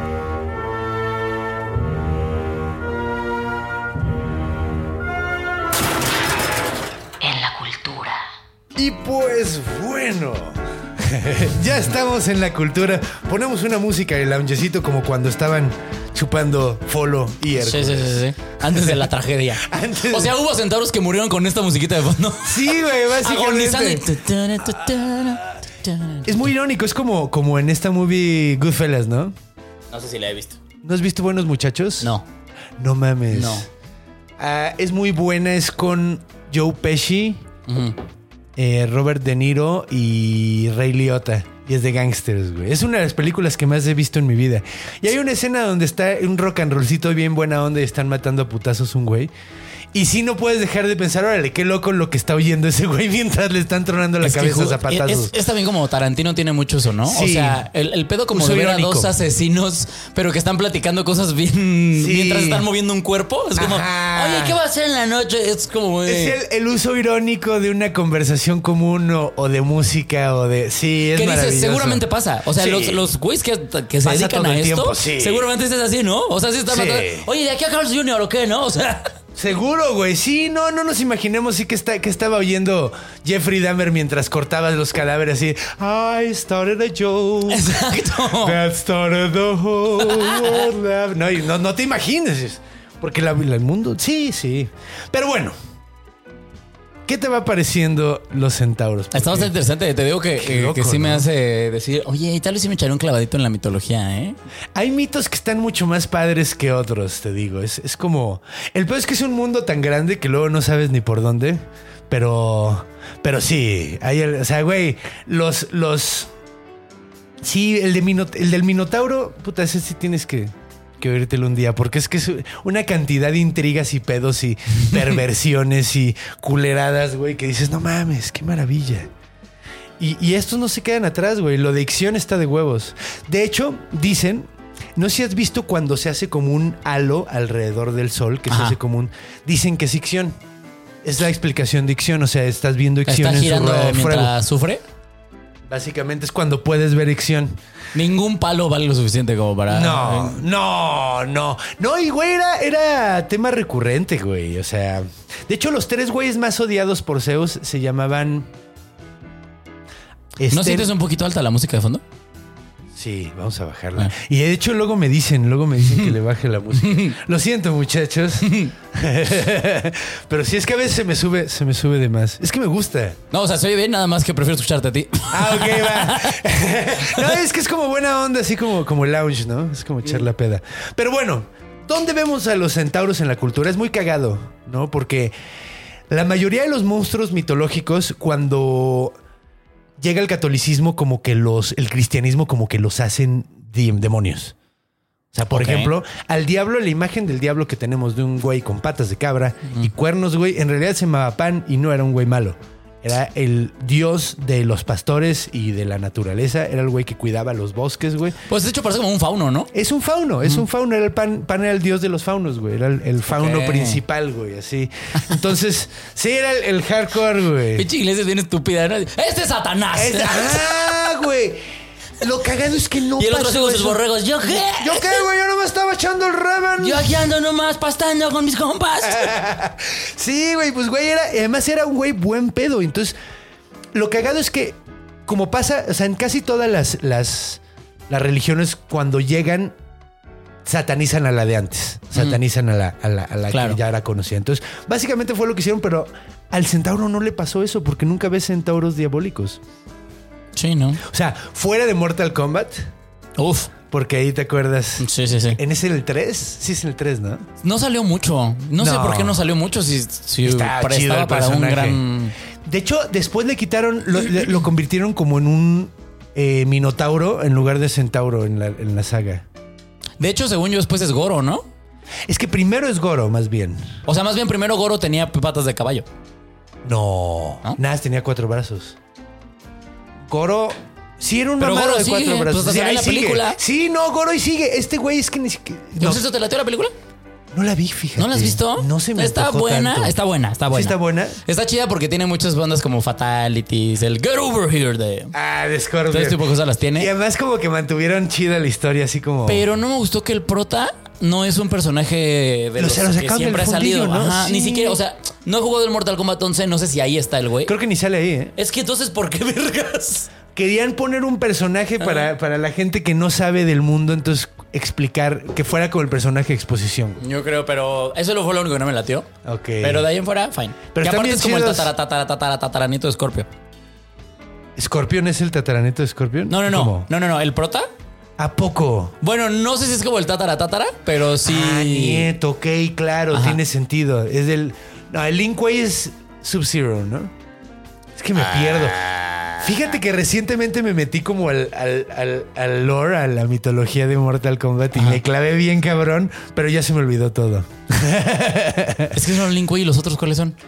En la cultura. Y pues bueno, ya estamos en la cultura. Ponemos una música de loungecito como cuando estaban chupando Folo y Hércules. Sí, sí, sí, sí. Antes de la tragedia. Antes- O sea, hubo centauros que murieron con esta musiquita de fondo. Sí, güey, básicamente. Agonizando. Es muy irónico, es como, como en esta movie Goodfellas, ¿no? No sé si la he visto. ¿No has visto Buenos Muchachos? No. No mames. No. Ah, es muy buena, es con Joe Pesci, Ujú. eh, Robert De Niro y Ray Liotta. Y es de gangsters, güey. Es una de las películas que más he visto en mi vida. Y hay una escena donde está un rock and rollcito bien buena onda y están matando a putazos un güey. Y sí no puedes dejar de pensar, órale, qué loco lo que está oyendo ese güey mientras le están tronando la Es que cabeza a ju- zapatazos. Es, es también como Tarantino tiene mucho eso, ¿no? Sí. O sea, el, el pedo como Uso de ver a irónico. dos asesinos, pero que están platicando cosas bien Sí. mientras están moviendo un cuerpo. Es como, Ajá. oye, ¿qué va a hacer en la noche? Es como, güey. Es el, el uso irónico de una conversación común o, o de música o de... Sí, es ¿Qué dices? maravilloso. Seguramente pasa. O sea, Sí. los, los güeyes que, que se Pasa dedican todo a el esto, tiempo, sí. seguramente es así, ¿no? O sea, sí están Sí. matando. Oye, ¿de aquí a Carl's junior o qué, no? O sea... Seguro, güey. Sí, no, no nos imaginemos sí que, está, que estaba oyendo Jeffrey Dahmer mientras cortaba los cadáveres así. I started a joke. Exacto. That started the whole world. No, y no, no te imagines. Porque la- la- el mundo... Sí, sí. Pero bueno. ¿Qué te va pareciendo los centauros? Está bastante Porque- interesante. Te digo que, Qué que- loco, que sí me ¿no? hace decir, oye, tal vez sí me echaré un clavadito en la mitología, ¿eh? Hay mitos que están mucho más padres que otros, te digo. Es, es como... El peor es que es un mundo tan grande que luego no sabes ni por dónde. Pero... Pero sí. Hay el- o sea, güey, los... los sí, el, de Mino- el del Minotauro, puta, ese sí tienes que, que oírtelo un día. Porque es que es una cantidad de intrigas y pedos y perversiones y culeradas, güey, que dices, no mames, qué maravilla. Y, y estos no se quedan atrás, güey. Lo de Ixión está de huevos. De hecho, dicen... No sé si has visto cuando se hace como un halo alrededor del sol, que se Ajá. hace como un... Dicen que es Ixión. Es la explicación de Ixión. O sea, estás viendo Ixión Está en su girando rueda de fuego. mientras sufre. Básicamente es cuando puedes ver Ixión. Ningún palo vale lo suficiente como para... No, no, no. No, y güey, era, era tema recurrente, güey. O sea... De hecho, los tres güeyes más odiados por Zeus se llamaban... ¿No Este- sientes un poquito alta la música de fondo? Sí, vamos a bajarla. Ah. Y de hecho luego me dicen, luego me dicen que le baje la música. Lo siento, muchachos. Pero sí es que a veces se me sube, se me sube de más. Es que me gusta. No, o sea, se oye bien, nada más que prefiero escucharte a ti. Ah, ok, va. No, es que es como buena onda, así como, como lounge, ¿no? Es como echar la peda. Pero bueno, ¿dónde vemos a los centauros en la cultura? Es muy cagado, ¿no? Porque la mayoría de los monstruos mitológicos, cuando llega el catolicismo, como que los, el cristianismo como que los hacen de- demonios. O sea, por Ok. ejemplo, al diablo, la imagen del diablo que tenemos de un güey con patas de cabra y cuernos, güey, en realidad se llamaba Pan y no era un güey malo. Era el dios de los pastores y de la naturaleza. Era el güey que cuidaba los bosques, güey. Pues de hecho parece como un fauno, ¿no? Es un fauno, es un fauno. Era el pan, pan era el dios de los faunos, güey. Era el, el fauno Ok. principal, güey, así. Entonces, sí, era el, el hardcore, güey. Pinche iglesia bien estúpida, ¿no? ¡Este es Satanás! Es- ¡Ah, güey! Lo cagado es que no Y el otro pasó con sus eso. borregos. ¿Yo qué? ¿Yo qué, güey? Yo no me estaba echando el ramen. Yo aquí ando nomás pastando con mis compas. Sí, güey, pues güey, era, además era un güey buen pedo. Entonces, lo cagado es que, como pasa, o sea, en casi todas las, las, las religiones, cuando llegan, satanizan a la de antes. Satanizan mm. a la, a la, a la claro. que ya era conocida. Entonces, básicamente fue lo que hicieron, pero al centauro no le pasó eso porque nunca ves centauros diabólicos. Sí, ¿no? O sea, fuera de Mortal Kombat. Uf. Porque ahí te acuerdas. Sí, sí, sí. ¿En ese el tres? Sí, es el tres, ¿no? No salió mucho. No, no. sé por qué no salió mucho. Si, si Está para, chido estaba el para un personaje. gran. De hecho, después le quitaron, lo, lo convirtieron como en un eh, minotauro en lugar de centauro en la, en la saga. De hecho, según yo, después es Goro, ¿no? Es que primero es Goro, más bien. O sea, más bien primero Goro tenía patas de caballo. No. ¿No? Nada, tenía cuatro brazos. Goro. Sí, era un Pero mamado Goro de sigue, cuatro brazos. pues, Sí, hasta ahí la sigue. película. Sí, no, Goro y sigue. Este güey es que ni siquiera. No, ¿No sé si te latió la película? no la vi, fíjate. ¿No la has visto? No se me Está antojó buena, tanto. está buena, está buena. ¿Sí está buena? Está chida porque tiene muchas bandas como Fatalities, el Get Over Here de... Ah, de Scorpion. Todo este tipo de cosas las tiene. Y además como que mantuvieron chida la historia, así como... Pero no me gustó que el prota no es un personaje de Lo- los se lo que sacaron siempre ha del salido. fundillo, ¿no? Ajá, Sí. ni siquiera, o sea, no he jugado el Mortal Kombat once, no sé si ahí está el güey. Creo que ni sale ahí, ¿eh? Es que entonces, ¿por qué vergas? Querían poner un personaje para, para la gente que no sabe del mundo, entonces explicar que fuera como el personaje de exposición. Yo creo, pero eso fue lo único que no me latió. Ok. Pero de ahí en fuera, fine. Pero que están aparte bien es como el chidos. tatara, tatara, tatara, tataranieto de Scorpio. ¿Scorpion es el tataraneto de Scorpion? No, no, no. ¿Cómo? No, no, no. ¿El prota? ¿A poco? Bueno, no sé si es como el tatara, tatara, pero sí. Ah, nieto, ok, claro, Ajá. tiene sentido. Es del... No, el Lin Kuei es Sub-Zero, ¿no? Es que me pierdo. Fíjate que recientemente me metí como al, al, al, al lore, a la mitología de Mortal Kombat y Ajá. me clavé bien cabrón, pero ya se me olvidó todo. Es que son Lin Kuei y los otros, ¿cuáles son?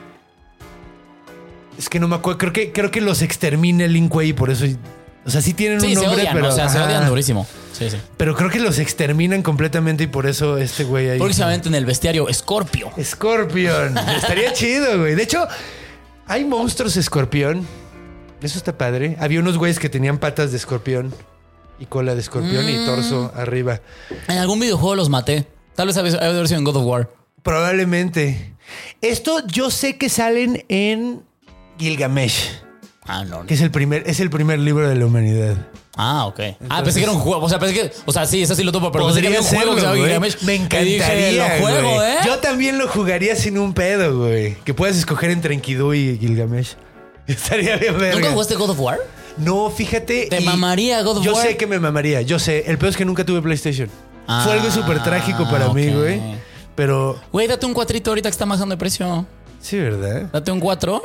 Es que no me acuerdo, creo que, creo que los extermina el Lin Kuei y por eso... O sea, sí tienen Sí, un se nombre, odian, pero... o sea, se ajá. odian durísimo. Sí, sí. Pero creo que los exterminan completamente y por eso este güey ahí... Próximamente en el bestiario, Scorpio. Scorpion. Estaría chido, güey. De hecho, hay monstruos escorpión. Eso está padre. Había unos güeyes que tenían patas de escorpión y cola de escorpión Mm. y torso arriba. En algún videojuego los maté. Tal vez había haber sido en God of War. Probablemente. Esto yo sé que salen en Gilgamesh, Ah, no. que es el primer, es el primer libro de la humanidad. Ah, ok. ah, pensé que era un juego. O sea, pensé que. O sea, sí, eso sí lo topo, pero pensé que había un juego que se llama güey. Gilgamesh. Me Y dije, encantaría, lo juego, güey. ¿eh? Yo también lo jugaría sin un pedo, güey. Que puedas escoger entre Enkidu y Gilgamesh. Estaría bien verga. ¿Nunca jugaste God of War? No, fíjate. ¿Te y mamaría God of yo War? Yo sé que me mamaría, yo sé. El peor es que nunca tuve PlayStation. Ah, Fue algo súper trágico para ok. mí, güey. Pero Güey, date un cuatrito ahorita que está bajando de precio. sí, ¿verdad? Date un cuatro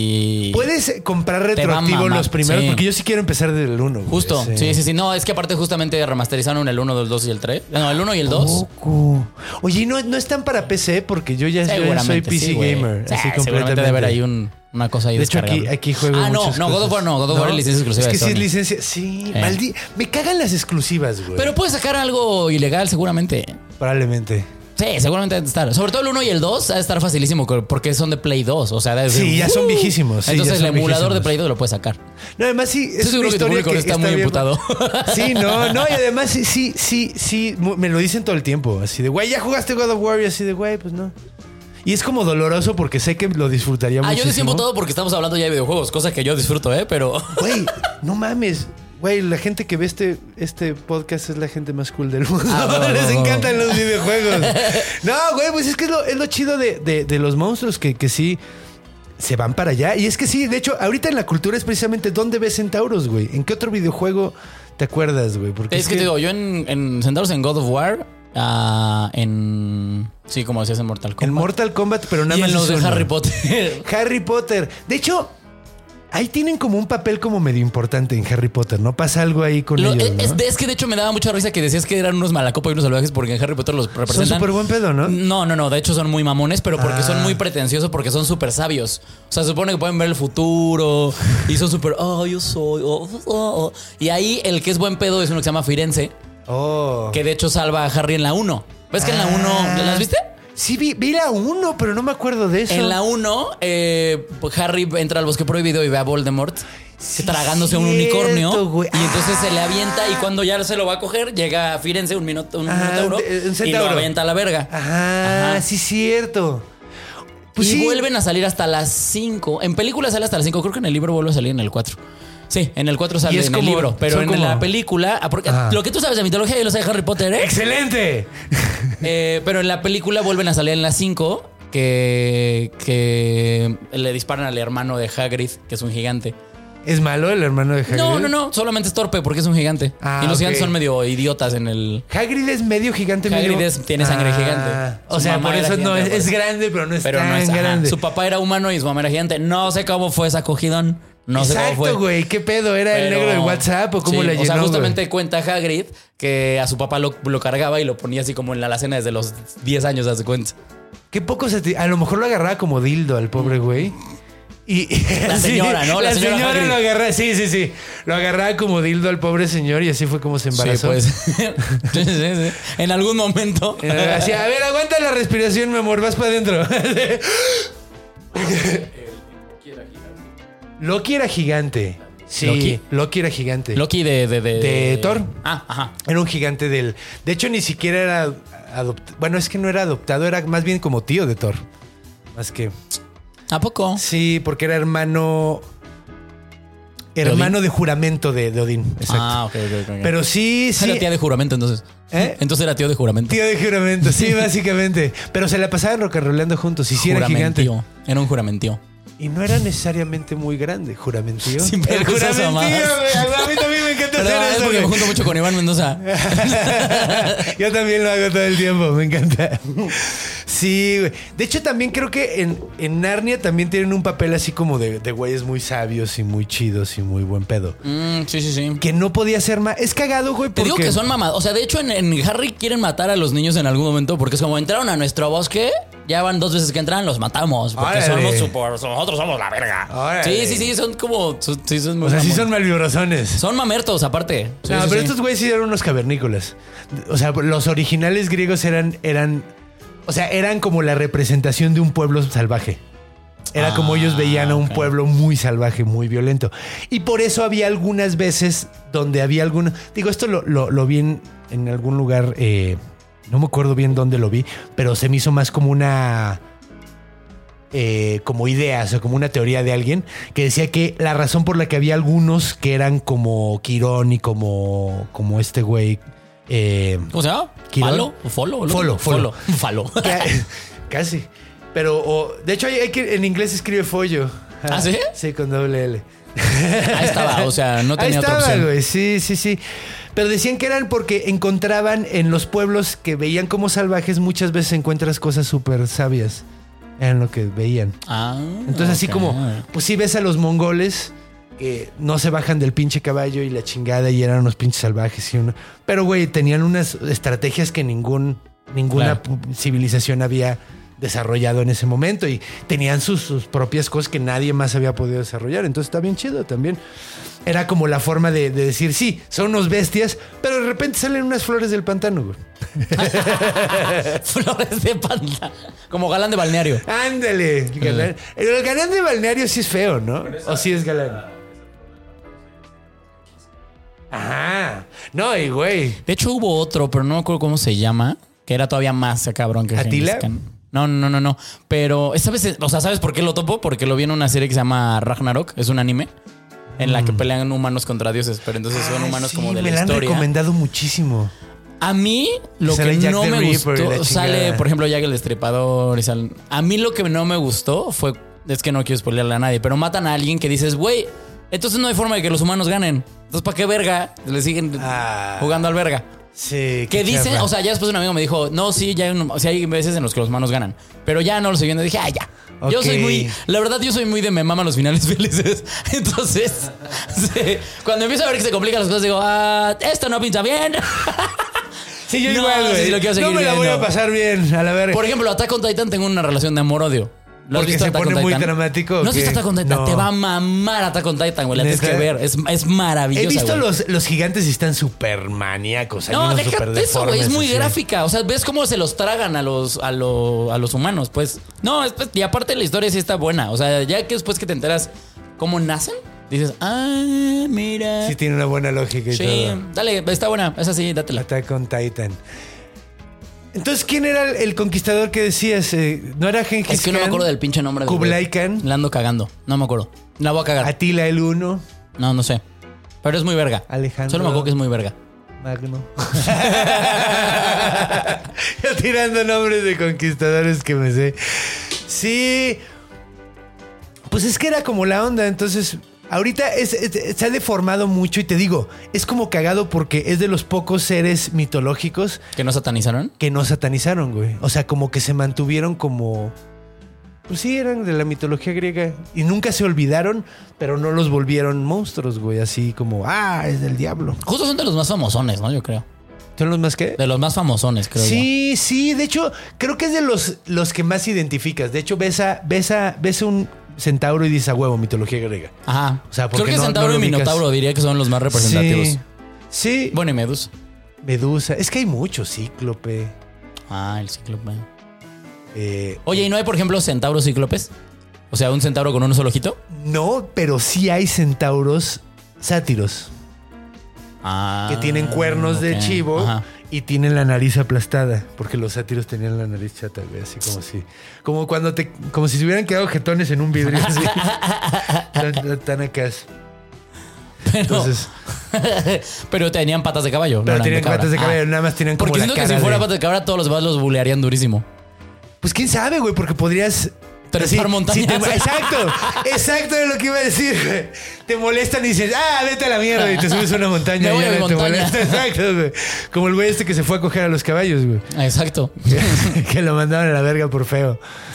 y. Puedes comprar Te va a retroactivo mamar, los primeros, sí. porque yo sí quiero empezar desde el uno. Justo. Sí. sí, sí, No, es que aparte justamente remasterizaron el uno, el dos y el tres. No, el uno y el dos. Poco. Oye, ¿no, no están para P C? Porque yo ya, yo ya soy Seguramente P C sí, güey. gamer. Sí, así seguramente completamente. debe haber ahí un, una cosa ahí De hecho, aquí, descargable. aquí juego Ah, no, muchas no, God of cosas. War no. God of War es licencia exclusiva Es que de sí es Sony. licencia. Sí, Eh. maldi- Me cagan las exclusivas, güey. Pero puedes sacar algo ilegal seguramente. Probablemente. Sí, seguramente debe estar. Sobre todo el uno y el dos ha de estar facilísimo porque son de Play dos. O sea, debe ser- Sí, ya son viejísimos. sí, Entonces ya el son emulador de viejísimos. Play dos lo puedes sacar. No, además sí, es Estoy seguro una que tu historia público que está muy bien- emputado. Sí, no, no, y además sí, sí, sí, sí, mu- me lo dicen todo el tiempo, así de, güey, ¿ya jugaste God of War? Y así de, güey, pues no. Y es como doloroso porque sé que lo disfrutaría Ah, yo muchísimo. decía emputado porque estamos hablando ya de videojuegos, cosa que yo disfruto, ¿eh? Pero... Güey, no mames. Güey, la gente que ve este, este podcast es la gente más cool del mundo. Ah, no, Les no, no. encantan los videojuegos. No, güey, pues es que es lo, es lo chido de, de, de los monstruos que, que sí se van para allá. Y es que sí, de hecho, ahorita en la cultura es precisamente dónde ves centauros, güey. ¿En qué otro videojuego te acuerdas, güey? Porque Es que te digo, yo en, en Centauros en God of War, ah, en... Sí, como decías en Mortal Kombat. En Mortal Kombat, pero nada y más en los es de uno. Harry Potter. Harry Potter. De hecho, ahí tienen como un papel como medio importante en Harry Potter, ¿no? Pasa algo ahí con Lo- ellos, ¿no? es, es que de hecho me daba mucha risa que decías que eran unos malacopa y unos salvajes porque en Harry Potter los Son representan. súper buen pedo, ¿no? No, no, no. De hecho, son muy mamones, pero porque Ah. son muy pretenciosos, porque son súper sabios. O sea, se supone que pueden ver el futuro y son súper. Oh, yo soy. oh, oh, oh". Y ahí el que es buen pedo es uno que se llama Firenze, Oh. que de hecho salva a Harry en la uno. ¿Ves que en la uno. Ah. ¿Las viste? Sí, vi, vi la uno, pero no me acuerdo de eso. En la uno, eh, Harry entra al bosque prohibido y ve a Voldemort Sí, tragándose un cierto, unicornio. güey. Y entonces Ah. se le avienta y cuando ya se lo va a coger, llega Firenze, un, minot- un Ajá, minotauro, un- un y lo centauro. avienta a la verga. Ajá, Ajá. sí, cierto. Pues y sí. vuelven a salir hasta las cinco. En película sale hasta las cinco. Creo que en el libro vuelve a salir en el cuatro. Sí, en el cuatro sale Y es en como- el libro, pero son en como- la película, ah, porque Ajá. lo que tú sabes de mitología yo lo sé de Harry Potter, ¿eh? ¡Excelente! Eh, pero en la película vuelven a salir en las cinco que, que le disparan al hermano de Hagrid, que es un gigante. ¿Es malo el hermano de Hagrid? No, no, no, solamente es torpe porque es un gigante. Ah, y los ok. gigantes son medio idiotas en el... Hagrid es medio gigante. Hagrid medio... es- tiene sangre gigante. O Su sea, mamá por era eso no gigante, es, es pues. grande, pero no es Pero tan no es... ajá. grande. Su papá era humano y su mamá era gigante. No sé cómo fue esa cogidón. No sé cómo fue. Exacto, güey. ¿Qué pedo? ¿Era el Pero- negro de WhatsApp o cómo sí, la llenó, O sea, güey? justamente cuenta Hagrid que a su papá lo, lo cargaba y lo ponía así como en la alacena desde los diez años, hace cuenta. Qué poco se te... A lo mejor lo agarraba como dildo al pobre güey. Y, La señora, ¿no? La, La señora señora, Hagrid. lo agarraba, sí, sí, sí. Lo agarraba como dildo al pobre señor y así fue como se embarazó. Sí, pues. sí, sí, sí. En algún momento. Eh, Así, a ver, aguanta la respiración, mi amor, vas para adentro. Loki era gigante. Sí, ¿Loki? Loki era gigante. Loki de, de, de, ¿De Thor? Ah, ajá. Era un gigante del... De hecho, ni siquiera era adoptado. Bueno, es que no era adoptado, era más bien como tío de Thor. Más que... ¿A poco? Sí, porque era hermano... Hermano de juramento de, de Odín. Exacto. Ah, ok, ok, ok. Pero sí, sí. Era tía de juramento, entonces. ¿Eh? Entonces era tío de juramento. Tío de juramento, sí, básicamente. Pero se la pasaban rocarroleando juntos. Y sí era gigante. Juramentío. Era un juramentío. Y no era necesariamente muy grande, juramentío. Siempre el usas juramentío, mamadas. güey. A mí también me encanta Pero hacer es eso, porque me güey. junto mucho con Iván Mendoza. Yo también lo hago todo el tiempo, me encanta. Sí, güey. De hecho, también creo que en, en Narnia también tienen un papel así como de, de güeyes muy sabios y muy chidos y muy buen pedo. Mm, sí, sí, sí. Que no podía ser más. Es cagado, güey, Te porque... digo que son mamadas. O sea, de hecho, en, en Harry quieren matar a los niños en algún momento porque es como entraron a nuestro bosque, ya van dos veces que entran, los matamos. Porque Órale. somos super, nosotros somos la verga. Órale. Sí, sí, sí, son como. son- sí, son, muy O sea, sí mamón. son malvibrosones. Son mamertos, aparte. Sí, No, sí, pero sí. estos güeyes sí eran unos cavernícolas. O sea, los originales griegos eran, eran, o sea, eran como la representación de un pueblo salvaje. Era Ah, como ellos veían a un ok. pueblo muy salvaje, muy violento. Y por eso había algunas veces donde había algún... Digo, esto lo, lo, lo vi en, en algún lugar, eh, no me acuerdo bien dónde lo vi, pero se me hizo más como una... eh, como ideas o como una teoría de alguien que decía que la razón por la que había algunos que eran como Quirón y como, como este güey... Eh, ¿Cómo se llama? ¿Quirón? ¿Falo? ¿O ¿Folo? Folo, folo. Falo. ca- casi. Pero, o- de hecho, hay, hay que, en inglés se escribe follo. ¿Ah, sí? Sí, con doble L. Ahí estaba, o sea, no tenía Ahí otra estaba, opción. güey. Sí, sí, sí. Pero decían que eran porque encontraban en los pueblos que veían como salvajes, muchas veces encuentras cosas súper sabias. Eran lo que veían. Ah, Entonces, así ok. como, pues sí ves a los mongoles que no se bajan del pinche caballo y la chingada y eran unos pinches salvajes. Y uno, pero, güey, tenían unas estrategias que ningún, ninguna Claro. pu- civilización había desarrollado en ese momento y tenían sus, sus propias cosas que nadie más había podido desarrollar. Entonces está bien chido también. Era como la forma de, de decir, sí, son unos bestias, pero de repente salen unas flores del pantano, güey. Flores de panda. Como galán de balneario. Ándale. Galán. El galán de balneario sí es feo, ¿no? O sí es galán. Ajá. No, y güey. De hecho, hubo otro, pero no me acuerdo cómo se llama, que era todavía más cabrón que ¿Atila? Gengis Khan. No, no, no, no. Pero, ¿sabes? O sea, ¿sabes por qué lo topo? Porque lo vi en una serie que se llama Ragnarok. Es un anime en la que pelean humanos contra dioses. Pero entonces son Ay, humanos sí, como de me la la han historia. recomendado muchísimo. A mí, lo Sale que Jack no the me Ripper y la gustó, sale, chingada. por ejemplo, Jack el Destripador y sal- A mí lo que no me gustó fue, es que no quiero spoilearle a nadie, pero matan a alguien que dices, güey, entonces no hay forma de que los humanos ganen. Entonces, ¿para qué verga? Le siguen Ah. jugando al verga. Sí. Que qué dicen, chafa. o sea, ya después un amigo me dijo, no, sí, ya hay, un- sí hay veces en los que los humanos ganan, pero ya no lo estoy viendo. Dije, ah, ya. Yo Ok. soy muy, la verdad, yo soy muy de me maman los finales felices. Entonces, sí, cuando empiezo a ver que se complican las cosas, digo, ah, esto no pinta bien. Sí, yo No, igual, güey. sí, sí, lo quiero no seguir me la voy a viendo. pasar bien, a la verga. Por ejemplo, Attack on Titan tengo una relación de amor-odio. ¿Lo has Porque visto se Attack pone on muy Titan? dramático, ¿o ¿No has visto qué? Attack on Titan? No. Te va a mamar Attack on Titan, güey. La tienes ¿Neta? que ver. Es, es maravillosa, He visto güey. los, los gigantes y están súper maníacos. Hay No, unos súper déjate eso, güey. Es deformes, muy así. gráfica. O sea, ves cómo se los tragan a los, a lo- a los humanos, pues. No, es- y aparte la historia sí está buena. O sea, ya que después que te enteras cómo nacen, dices, ah, mira. Sí, tiene una buena lógica y Sí, todo. dale, está buena. Esa sí, dátela. Attack on Titan. Entonces, ¿quién era el, el conquistador que decías? Eh, ¿No era Gengis Es que no me Khan? acuerdo del pinche nombre del Kublai güey. Khan. La ando cagando. No me acuerdo. La voy a cagar. Atila el Uno. No, no sé. Pero es muy verga. Alejandro. Solo me acuerdo que es muy verga. Magno. Yo tirando nombres de conquistadores que me sé. Sí. Pues es que era como la onda, entonces... Ahorita es, es, se ha deformado mucho y te digo, es como cagado porque es de los pocos seres mitológicos... ¿Que no satanizaron? Que no satanizaron, güey. O sea, como que se mantuvieron como... Pues sí, eran de la mitología griega. Y nunca se olvidaron, pero no los volvieron monstruos, güey. Así como, ah, es del diablo. Justo son de los más famosones, ¿no? Yo creo. ¿Son los más qué? De los más famosones, creo Sí, yo. sí. De hecho, creo que es de los, los que más identificas. De hecho, ves a, ves a, ves a un centauro y dices a huevo, mitología griega. Ajá. O sea, creo que no, Centauro no y ubicas. Minotauro diría que son los más representativos. Sí. Sí. Bueno, y Medusa. Medusa. Es que hay muchos, cíclope. Ah, el cíclope. Eh, Oye, ¿y no hay, por ejemplo, centauros cíclopes? O sea, un centauro con un solo ojito. no, pero sí hay centauros sátiros. Ah. Que tienen cuernos ok. de chivo. Ajá. Y tienen la nariz aplastada, porque los sátiros tenían la nariz chata, güey, así como si, como cuando te, como si se hubieran quedado jetones en un vidrio, así. tan, tan, tan acá. Pero, Entonces, pero tenían patas de caballo. pero no eran tenían de cabra. patas de caballo, Ah. nada más tenían como Porque la siento que cara si fuera de- patas de cabra, todos los demás los bulearían durísimo. Pues quién sabe, güey, porque podrías... Trepar montañas. te- exacto, exacto es lo que iba a decir, güey. Te molestan y dices, ah, vete a la mierda, y te subes a una montaña. Me voy y a ya mi no te montaña. molesta. Exacto, güey. Como el güey este que se fue a coger a los caballos, güey. Exacto. Que lo mandaron a la verga por feo.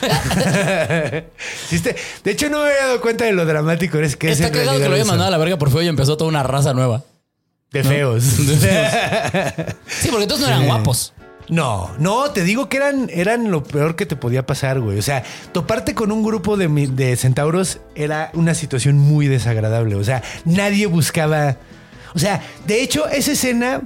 Sí, este- de hecho, no me había dado cuenta de lo dramático es que es Está en cagado que realidad lo haya eso. mandado a la verga por feo y empezó toda una raza nueva. De feos. Sí, porque todos no eran guapos. No, no, te digo que eran, eran lo peor que te podía pasar, güey. O sea, toparte con un grupo de, mi- de centauros era una situación muy desagradable. O sea, nadie buscaba... O sea, de hecho, esa escena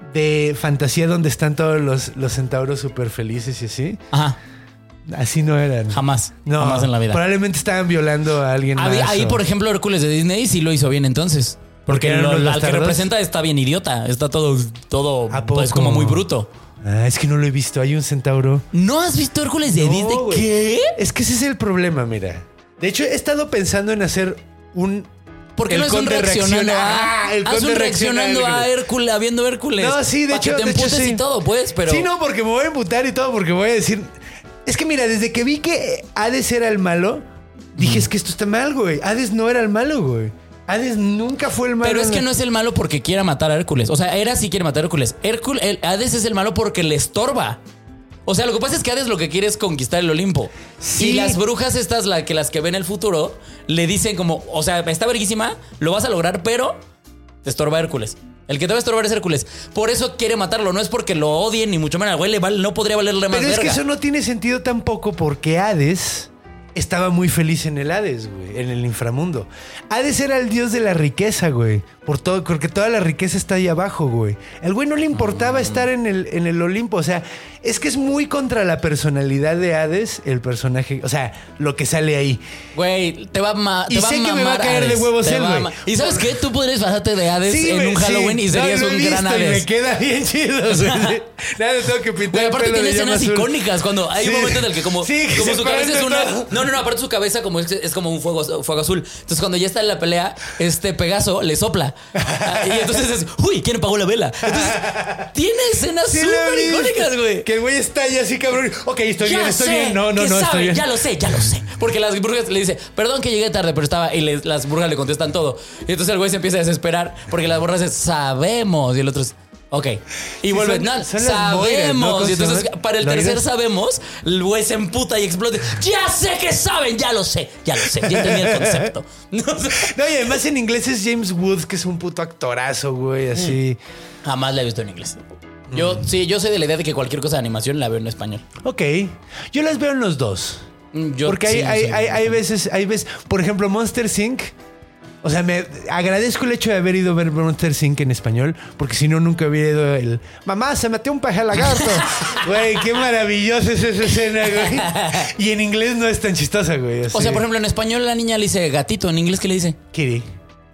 de fantasía donde están todos los, los centauros súper felices y así, Ajá. así no eran. Jamás. No, Jamás en la vida. Probablemente estaban violando a alguien Ahí, más. ahí, o- por ejemplo, Hércules de Disney sí lo hizo bien entonces. Porque eran lo- unos al que bastardos. representa está bien idiota. Está todo, todo ¿A pues, poco? como muy bruto. Ah, es que no lo he visto. Hay un centauro. ¿No has visto Hércules de No, Disney? güey. ¿Qué? Es que ese es el problema, mira. De hecho, he estado pensando en hacer un... ¿Por qué el no es un conde reaccionando reacciona- a, Ah, el haz conde un reacciona reaccionando a Hércules. Hércules, habiendo Hércules? No, sí, de Pa' hecho, que te de hecho, emputes sí. y todo, pues, pero... Sí, no, porque me voy a emputar y todo, porque voy a decir... Es que mira, desde que vi que Hades era el malo, dije, es que esto está mal, güey. Hades no era el malo, güey. Hades nunca fue el malo. Pero es en que la- no es el malo porque quiera matar a Hércules. O sea, Hera sí quiere matar a Hércules. Hércules, el- Hades es el malo porque le estorba. O sea, lo que pasa es que Hades lo que quiere es conquistar el Olimpo. Sí. Y las brujas estas, la, que las que ven el futuro, le dicen como, o sea, está verguísima, lo vas a lograr, pero te estorba Hércules. El que te va a estorbar es Hércules. Por eso quiere matarlo. No es porque lo odien, ni mucho menos. Al güey le vale- no podría valerle más Pero es verga. que eso no tiene sentido tampoco porque Hades estaba muy feliz en el Hades, güey, en el inframundo. Hades era el dios de la riqueza, güey. Por todo, porque toda la riqueza está ahí abajo, güey. El güey no le importaba estar en el, en el Olimpo. O sea, es que es muy contra la personalidad de Hades, el personaje. O sea, lo que sale ahí. Güey, te va a, ma Y te va sé a que me mamar va a caer de Hades. huevos Te él, va a güey. ma- ¿Y sabes qué? Tú podrías pasarte de Hades en güey, un Halloween sí. y serías No, lo he un gran visto y Hades. me queda bien chido, güey. Nada, tengo que pintar Güey, el aparte pelo tiene de llama escenas azul. icónicas cuando hay un Sí. momento en el que como, Sí, que como se su cabeza prende es una... todo. No, no, no, aparte su cabeza como es, es como un fuego, fuego azul. Entonces cuando ya está en la pelea, este Pegaso le sopla. Ah, y entonces es, uy, ¿quién apagó la vela? Entonces tiene escenas Sí, lo he súper visto. icónicas, güey. Que el güey está ya así, cabrón. Ok, estoy Ya bien, estoy sé bien. No, no, que no, sabe, estoy bien. Ya lo sé, ya lo sé. Porque las brujas le dicen, perdón que llegué tarde, pero estaba. Y le- las brujas le contestan todo. Y entonces el güey se empieza a desesperar porque las brujas dicen, sabemos. Y el otro es, ok. Y vuelve, son- no, son las moiras, ¿no? sabemos. ¿Cómo Y se entonces, llaman? para el ¿Loiras? tercer sabemos, el güey se emputa y explota. Ya sé que saben, ya lo sé, ya lo sé. Ya entendí el concepto. No sé. No, y además en inglés es James Woods, que es un puto actorazo, güey, así. Jamás la he visto en inglés. Yo, sí, yo soy de la idea de que cualquier cosa de animación la veo en español. Ok. Yo las veo en los dos. Yo, Porque hay, sí, hay, sí, hay, sí. hay veces, hay veces, por ejemplo, Monster Incorporated. O sea, me agradezco el hecho de haber ido a ver Monster Incorporated en español, porque si no, nunca hubiera ido el mamá, se metió un paje al lagarto. Güey, qué maravillosa es esa escena, güey. Y en inglés no es tan chistosa, güey. O sea, por ejemplo, en español la niña le dice gatito, en inglés, ¿qué le dice? Kitty.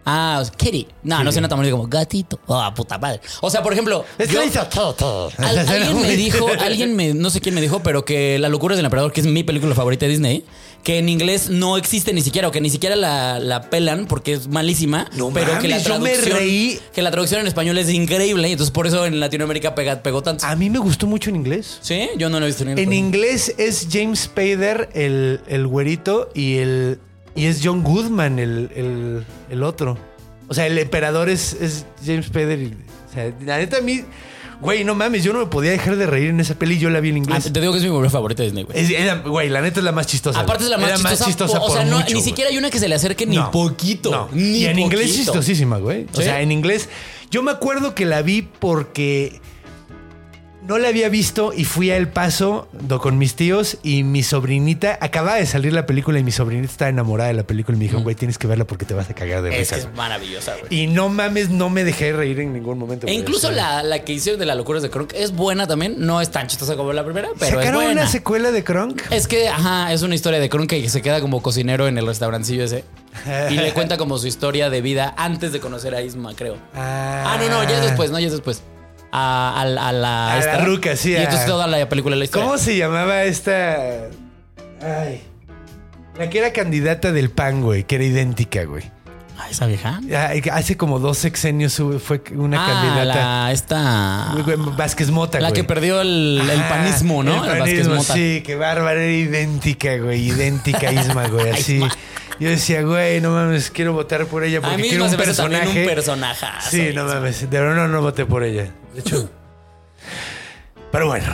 Ah, o sea, kitty. No, Sí. no suena tan bonito como gatito. Ah, puta madre. O sea, por ejemplo, Esto yo- hizo todo. Al- alguien me dijo, alguien me, no sé quién me dijo, pero que La locura del emperador, que es mi película favorita de Disney, que en inglés no existe ni siquiera, o que ni siquiera la, la pelan porque es malísima, No pero que la mames, yo me traducción, reí. que la traducción en español es increíble, y entonces por eso en Latinoamérica pega- pegó tanto. A mí me gustó mucho en inglés. ¿Sí? Yo no lo he visto en En inglés. inglés es James Spader, el, el güerito, y el y es John Goodman, el, el, el otro. O sea, el emperador es, es James Spader. Y, o sea, la neta a mí, güey, no mames, yo no me podía dejar de reír en esa peli. Yo la vi en Ah, inglés. te digo que es mi película favorita de Disney, güey. Es- era- Güey, la neta es la más chistosa. Aparte es la güey. más Era chistosa. o por sea, no, mucho, ni güey. siquiera hay una que se le acerque ni No, poquito. no. Ni y en inglés es poquito. chistosísima, güey. O ¿Sí? sea, en inglés. Yo me acuerdo que la vi porque no la había visto y fui a El Paso do- con mis tíos y mi sobrinita. Acababa de salir la película y mi sobrinita estaba enamorada de la película y me dijo, güey, tienes que verla porque te vas a cagar de Es risa. que es güey". maravillosa, güey. Y no mames, no me dejé de reír en ningún momento. E güey. incluso O sea, la, la que hicieron de las locuras de Kronk es buena también. No es tan chistosa como la primera, pero es ¿Sacaron buena. una secuela de Kronk? Es que, ajá, es una historia de Kronk que se queda como cocinero en el restaurancillo ese. Y le cuenta como su historia de vida antes de conocer a Isma, creo. Ah, Ah, no, no, ya es después, no, ya es después. A, a- a la, A la esta. ruca, sí, Y a- entonces toda la película es la historia. ¿Cómo se llamaba esta? Ay. La que era candidata del P A N, güey, que era idéntica, güey. Ah, esa vieja. Ah, Hace como dos sexenios hubo- fue una Ah, candidata. la, esta. Güey, Vázquez Mota, La güey. que perdió el, el Ajá, panismo, ¿no? El El Vázquez panismo, Mota. sí, que bárbara, era idéntica, güey, idéntica a Isma, güey, así. Isma. Yo decía, güey, no mames, quiero votar por ella A porque mí quiero misma un se me hace también personaje. un personajazo. Sí, no Isma. mames, de verdad no, no voté por ella. De hecho. Pero bueno,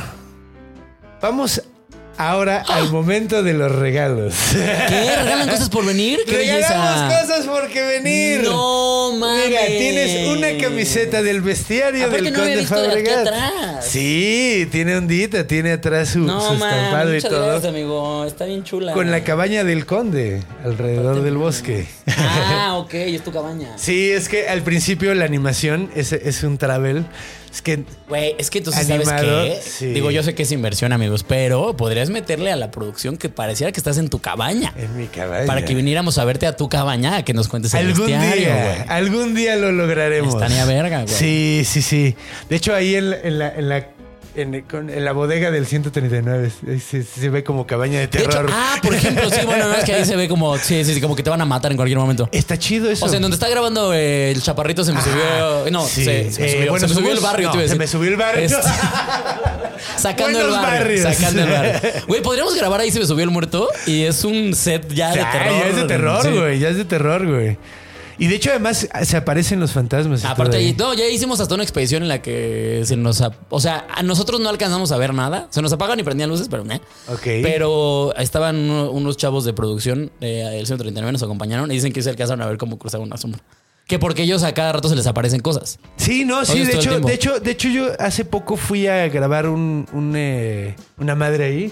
vamos ahora al momento de los regalos. ¿Qué? ¿Regalan cosas por venir? ¿Qué Regalamos belleza? cosas porque venir. No mames. Mira, tienes una camiseta del bestiario Aparte del no había Conde visto de aquí Fabregat. atrás. Sí, tiene ondita, tiene atrás su, No su estampado mames, y muchas todo. gracias, amigo. Está bien chula. Con la cabaña del Conde alrededor del bosque. Ah, ok, es tu cabaña. Sí, es que al principio la animación es, es un travel. Es que Güey, es que tú sí sabes Animado, qué. sí. Digo, yo sé que es inversión, amigos, pero podrías meterle a la producción que pareciera que estás en tu cabaña. en mi cabaña. Para que viniéramos a verte a tu cabaña, a que nos cuentes el Algún bestiario, día, güey. algún día lo lograremos. Estaría verga, güey. Sí, sí, sí. De hecho, ahí en la, en la, en la, en, con- en la bodega del ciento treinta y nueve ahí se, se ve como cabaña de De hecho, terror. ah, por ejemplo, sí, bueno, no es que ahí se ve como, sí, sí, sí, como que te van a matar en cualquier momento. Está chido eso. O sea, en donde está grabando eh, el chaparrito se me subió. No, sí. se, se me Eh, subió, bueno, se me subió el subimos- barrio, no, te iba a se decir. me subió el barrio. Este, sacando el Buenos barrio. barrios. Sacando el barrio. Güey, podríamos grabar ahí se me subió el muerto y es un set ya de Ya, terror. ya es de terror, Sí. güey. Ya es de terror, güey. Y de hecho, además, se aparecen los fantasmas. y Aparte, todo ahí. ahí- no, ya hicimos hasta una expedición en la que se nos... ap- O sea, a nosotros no alcanzamos a ver nada. Se nos apagan y prendían luces, pero... eh. Ok. Pero estaban uno- unos chavos de producción eh, del ciento treinta y nueve, nos acompañaron y dicen que se alcanzaron a ver cómo cruzaba una sombra. Que porque ellos a cada rato se les aparecen cosas. Sí, no, sí, Oyes de todo el hecho, tiempo. de hecho, de hecho, yo hace poco fui a grabar un, un, eh, una madre ahí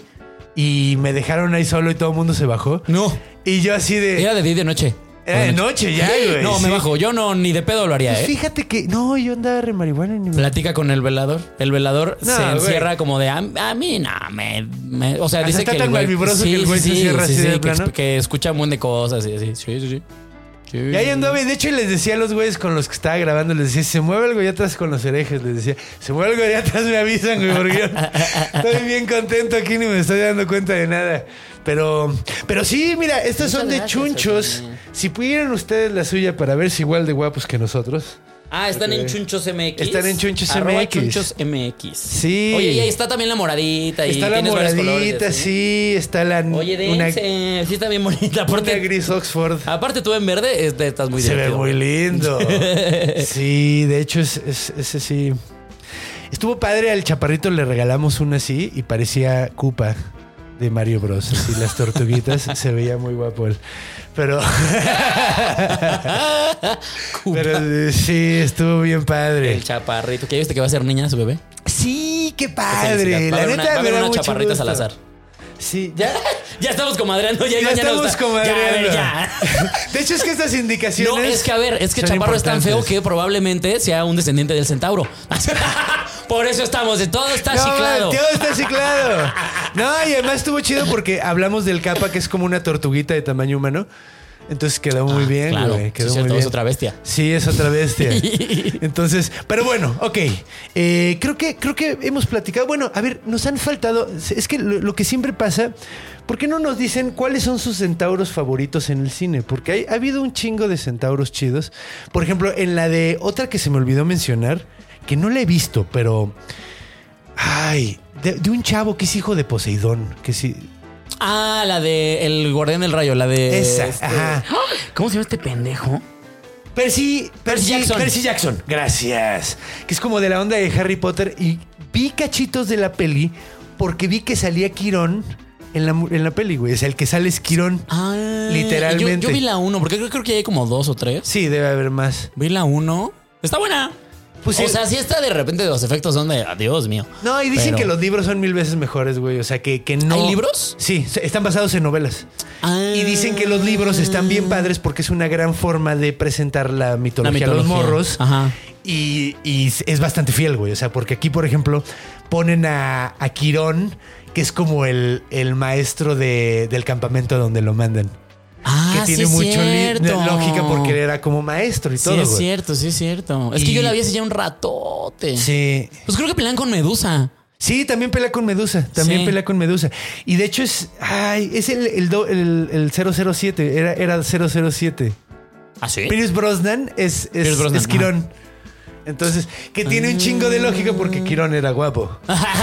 y me dejaron ahí solo y todo el mundo se bajó. No. Y yo así de. Era de día y de noche. Era de noche ya, güey. No, me sí. bajo. Yo no, ni de pedo lo haría, Pues ¿eh? fíjate que. No, yo andaba re marihuana y ni me. Platica con el velador. El velador No, se güey. encierra como de a, a mí no, me, me- o sea, O sea, dice está que tan el güey, malvibroso que el güey se cierra así de que, plano. ex- que escucha un buen de cosas y así. Sí, sí, sí. Sí. Y ahí andaba, y de hecho les decía a los güeyes con los que estaba grabando, les decía, si se mueve algo allá atrás con los herejes, les decía, se mueve algo allá atrás me avisan, güey, porque yo estoy bien contento aquí, ni me estoy dando cuenta de nada. Pero, pero sí, mira, estas son de gracias, chunchos. Oye. Si pudieran ustedes la suya para verse igual de guapos que nosotros. Ah, están Ok. en Chunchos M X. Están en Chunchos Arroba M X. Chunchos M X. Sí. Oye, y ahí está también la moradita. Y Está la tienes varios colores, moradita, así. sí, está la Oye, una, dense. Sí está bien bonita. una Aparte, gris Oxford. aparte tú en verde este, estás muy Se ve divertido. muy lindo. Sí, de hecho, es, es- ese sí. Estuvo padre, al chaparrito le regalamos una así y parecía Koopa de Mario Bros. Así las tortuguitas. Se veía muy guapo él. Pero. Pero eh, sí, estuvo bien padre. El chaparrito. ¿Qué viste que va a ser niña su bebé? Sí, qué Qué padre. felicidad. Va a La haber una- neta va a me haber da unas mucho chaparritas gusto. al azar. Sí, ya. Ya estamos comadreando. Ya, Ya mañana estamos está- comadreando. Ya, a ver, ya. De hecho, es que estas indicaciones. No, es que a ver, es que son Chaparro es tan feo importantes. que probablemente sea un descendiente del centauro. Por eso estamos, todo está No, ciclado. todo está ciclado. No, y además estuvo chido porque hablamos del capa, que es como una tortuguita de tamaño humano. Entonces quedó muy Ah, bien, claro. güey. Quedó Sí, muy cierto, bien. es otra bestia. Sí, es otra bestia. Entonces, pero bueno, ok. Eh, creo que, creo que hemos platicado. Bueno, a ver, nos han faltado. Es que lo, lo que siempre pasa. ¿Por qué no nos dicen cuáles son sus centauros favoritos en el cine? Porque hay, ha habido un chingo de centauros chidos. Por ejemplo, en la de otra que se me olvidó mencionar, que no la he visto, pero. Ay, de, de un chavo que es hijo de Poseidón. Que sí. Ah, la de El Guardián del Rayo, la de. Esa, este- ajá. ¿Cómo se llama este pendejo? Percy, Percy Jackson. Percy Jackson. Gracias. Que es como de la onda de Harry Potter. Y vi cachitos de la peli porque vi que salía Quirón en la, en la peli, güey. O sea, el que sale es Quirón. Ah, Literalmente. Yo, yo vi la uno, porque creo, creo que hay como dos o tres. Sí, debe haber más. Vi la uno. Está buena. Pues o sí. sea, sí está de repente los efectos son de Dios mío. No, y dicen Pero- que los libros son mil veces mejores, güey. O sea, que, que no. ¿Hay libros? Sí, se- están basados en novelas. Ah. Y dicen que los libros están bien padres porque es una gran forma de presentar la mitología, La a los mitología. morros. Ajá. Y, y es bastante fiel, güey. O sea, porque aquí, por ejemplo, ponen a, a Quirón, que es como el, el maestro de, del campamento donde lo mandan. Ah, que tiene sí es mucho li- cierto. lógica porque era como maestro y Sí, todo, es güey. cierto, sí es cierto. Es que Y- yo la vi hace ya un ratote. Sí. Pues creo que pelean con Medusa. Sí, también pelea con Medusa. También Sí. pelea con Medusa. Y de hecho es. Ay, es el, el, do- el, el cero cero siete. Era, era cero cero siete. ¿Ah, sí? Pierce Brosnan es, es, Pierce Brosnan, es Quirón. Entonces, que tiene un chingo de lógica porque Quirón era guapo.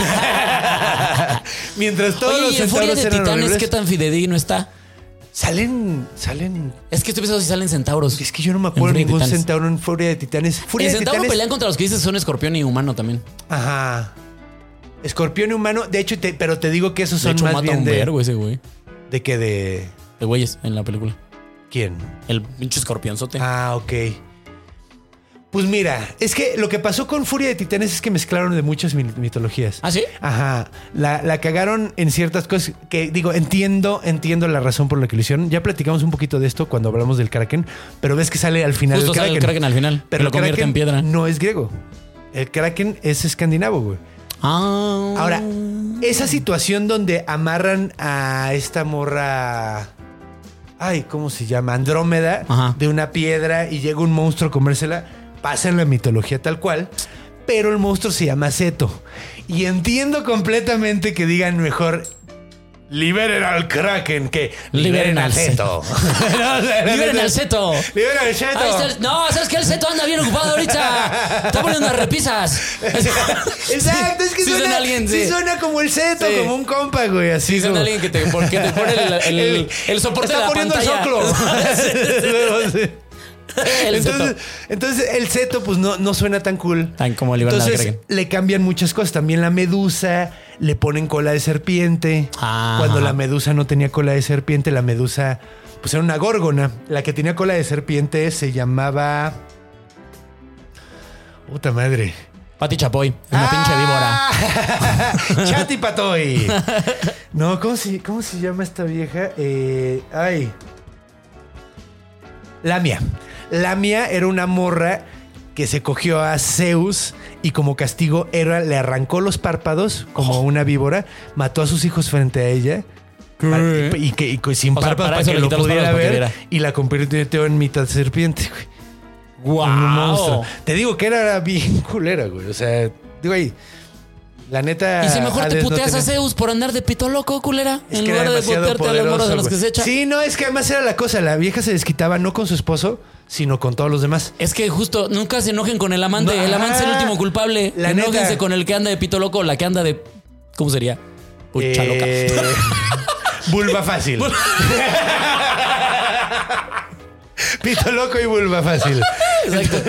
Mientras todos Oye, los ¿y en Furia centauros de eran Titanes horribles. qué tan fidedigno está? Salen. Salen. Es que estoy pensando si salen centauros. Es que yo no me En acuerdo de Furia de ningún Titanes. centauro en Furia de Titanes. Furia En de Centauro Titanes. pelean contra los que dices son escorpión y humano también. Ajá. Escorpión y humano. De hecho, te- pero te digo que esos De son hecho, más mata bien un de. vergo ese güey. ¿De qué? De. De güeyes en la película. ¿Quién? El pinche escorpionzote. Ah, ok. Pues mira, es que lo que pasó con Furia de Titanes es que mezclaron de muchas mi- mitologías. ¿Ah, sí? Ajá. La, la cagaron en ciertas cosas que, digo, entiendo, entiendo la razón por la que lo hicieron. Ya platicamos un poquito de esto cuando hablamos del Kraken, pero ves que sale al final Justo el sale Kraken. el Kraken al final. Pero lo el convierte Kraken en piedra. no es griego. El Kraken es escandinavo, güey. Ah. Ahora, esa situación donde amarran a esta morra... Ay, ¿cómo se llama? Andrómeda, Ajá. de una piedra y llega un monstruo a comérsela. Pasa en la mitología tal cual, pero el monstruo se llama Seto. Y entiendo completamente que digan mejor... Liberen al Kraken que liberen, Liberen al al Seto. No, o sea, ¡Liberen al Seto! Liberen al Seto. Ahí está el- no, ¿sabes qué? El Seto anda bien ocupado ahorita. Está poniendo las repisas. Exacto, es que Sí suena, suena alguien, sí sí. suena como el Seto, Sí. como un compa, güey. Así Sí, son como- alguien que te, porque te pone el, el, el, el soporte Está de la poniendo pantalla. el soclo. El entonces, Seto. entonces el Seto pues no, no suena tan cool. Tan como liberar al Entonces Kraken. le cambian muchas cosas. También la medusa le ponen cola de serpiente. Ah. Cuando la medusa no tenía cola de serpiente, la medusa pues era una górgona. La que tenía cola de serpiente se llamaba... Puta madre. Pati Chapoy, una pinche víbora. víbora. Chati Patoy. No, ¿cómo se, ¿cómo se llama esta vieja? Eh, ay. Lamia. Lamia era una morra que se cogió a Zeus y como castigo era, le arrancó los párpados como una víbora, mató a sus hijos frente a ella. Para- y que y sin O sea, párpados para para, eso que le lo quitó los pudiera párpados para ver que viera. y la convirtió en mitad serpiente, güey. ¡Guau! Un monstruo. Te digo que era bien culera, güey. O sea, digo ahí, la neta. Y si mejor te Hades no puteas a tenía- Zeus por andar de pito loco, culera. Es en que era lugar de demasiado putearte a las morras a las que se echa. Sí, no, es que además era la cosa. La vieja se desquitaba no con su esposo, sino con todos los demás. Es que justo nunca se enojen con el amante. No, el amante es el ajá. último culpable. La Enójense neta. con el que anda de pito loco o la que anda de. ¿Cómo sería? Pucha Eh, loca. Vulva fácil. Pito loco y vulva fácil. Exacto.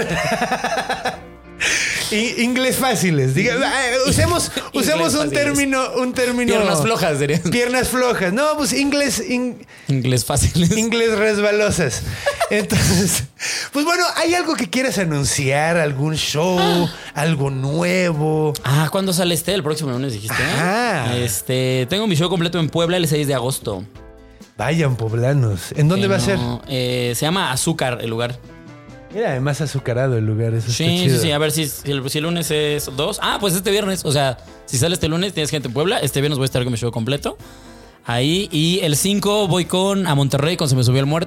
Y inglés fáciles. Diga, eh, usemos usemos un fáciles. término, un término. Piernas flojas serían. Piernas flojas. No, pues inglés, in- Inglés fácil. inglés resbalosas. Entonces, pues bueno, ¿hay algo que quieras anunciar? ¿Algún show? ¿Algo nuevo? Ah, ¿cuándo sale este? El próximo lunes dijiste. ¿eh? Ajá. Este, tengo mi show completo en Puebla el seis de agosto. Vayan, poblanos. ¿En dónde Eh, va a ser? no, eh, se llama Azúcar el lugar. Mira, además azucarado el lugar. Eso Sí, está sí, chido. sí. A ver si, si, el, si el lunes es dos. Ah, pues este viernes. O sea, si sale este lunes, tienes gente en Puebla. Este viernes voy a estar con mi show completo. Ahí. Y el cinco voy con a Monterrey con Se Me Subió el Muerto.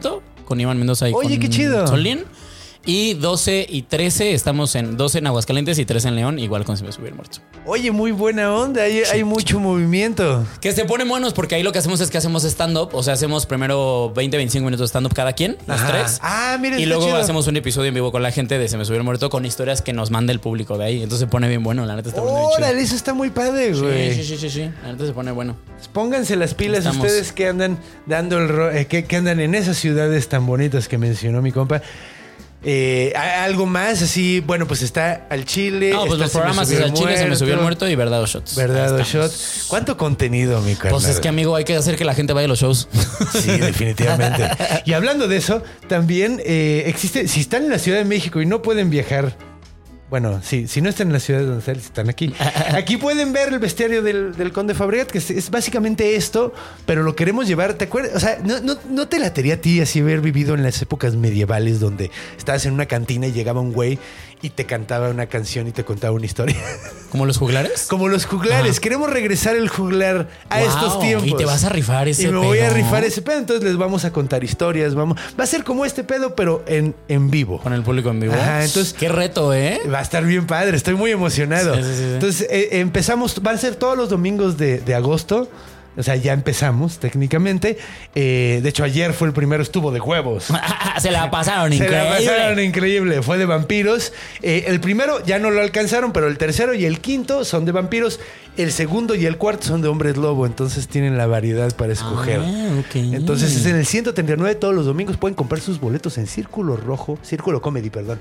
con Iván Mendoza y Oye, con qué chido. Solín. Y doce y trece estamos en doce en Aguascalientes y trece en León, igual con Se Me Subió el Muerto. Oye, muy buena onda. Hay, hay mucho movimiento. Que se ponen buenos porque ahí lo que hacemos es que hacemos stand-up. O sea, hacemos primero veinte, veinticinco minutos de stand-up cada quien, los Ajá. tres. Ah, mira, Y está luego chido. hacemos un episodio en vivo con la gente de Se Me Subió el Muerto con historias que nos manda el público de ahí. Entonces se pone bien bueno, la neta está poniendo bien chido. Órale, eso está muy padre, güey. Sí, sí, sí, sí, sí. La neta se pone bueno. Pónganse las pilas Estamos. ustedes que andan dando el ro- eh, que, que andan en esas ciudades tan bonitas que mencionó mi compa. Eh, a- algo más así, bueno, pues está Al Chile. No, pues está los Se Me programas Subió es el Al Chile, Se Me Subió el Muerto, Muerto y Verdad o Shots. Verdad o Ahí Shot. estamos. ¿Cuánto contenido, mi carnal? Pues es que, amigo, hay que hacer que la gente vaya a los shows. Sí, definitivamente. Y hablando de eso, también eh, existe, si están en la Ciudad de México y no pueden viajar, bueno, sí, si no están en la ciudad donde están, están aquí, aquí pueden ver el bestiario del, del Conde Fabregat, que es, es básicamente esto, pero lo queremos llevar, ¿te acuerdas? O sea, no, no, no te latería a ti así haber vivido en las épocas medievales donde estabas en una cantina y llegaba un güey y te cantaba una canción y te contaba una historia. ¿Como los juglares? Como los juglares. Ajá. Queremos regresar el juglar a Wow, estos tiempos. y te vas a rifar ese Y me voy a pedo. rifar ese pedo. Entonces les vamos a contar historias. Vamos. Va a ser como este pedo, pero en, en vivo. Con el público en vivo. Ajá, entonces- Qué reto, ¿eh? Va a estar bien padre. Estoy muy emocionado. Sí, sí, sí, sí. Entonces eh, empezamos. Van a ser todos los domingos de, de agosto. O sea, ya empezamos técnicamente. Eh, de hecho, ayer fue el primero. Estuvo de huevos. Se la pasaron Se increíble. la pasaron increíble. Fue de vampiros. Eh, el primero ya no lo alcanzaron, pero el tercero y el quinto son de vampiros. El segundo y el cuarto son de hombres lobo. Entonces tienen la variedad para escoger. Ah, ok. Entonces es en el ciento treinta y nueve todos los domingos. Pueden comprar sus boletos en Círculo Rojo. Círculo Comedy, perdón.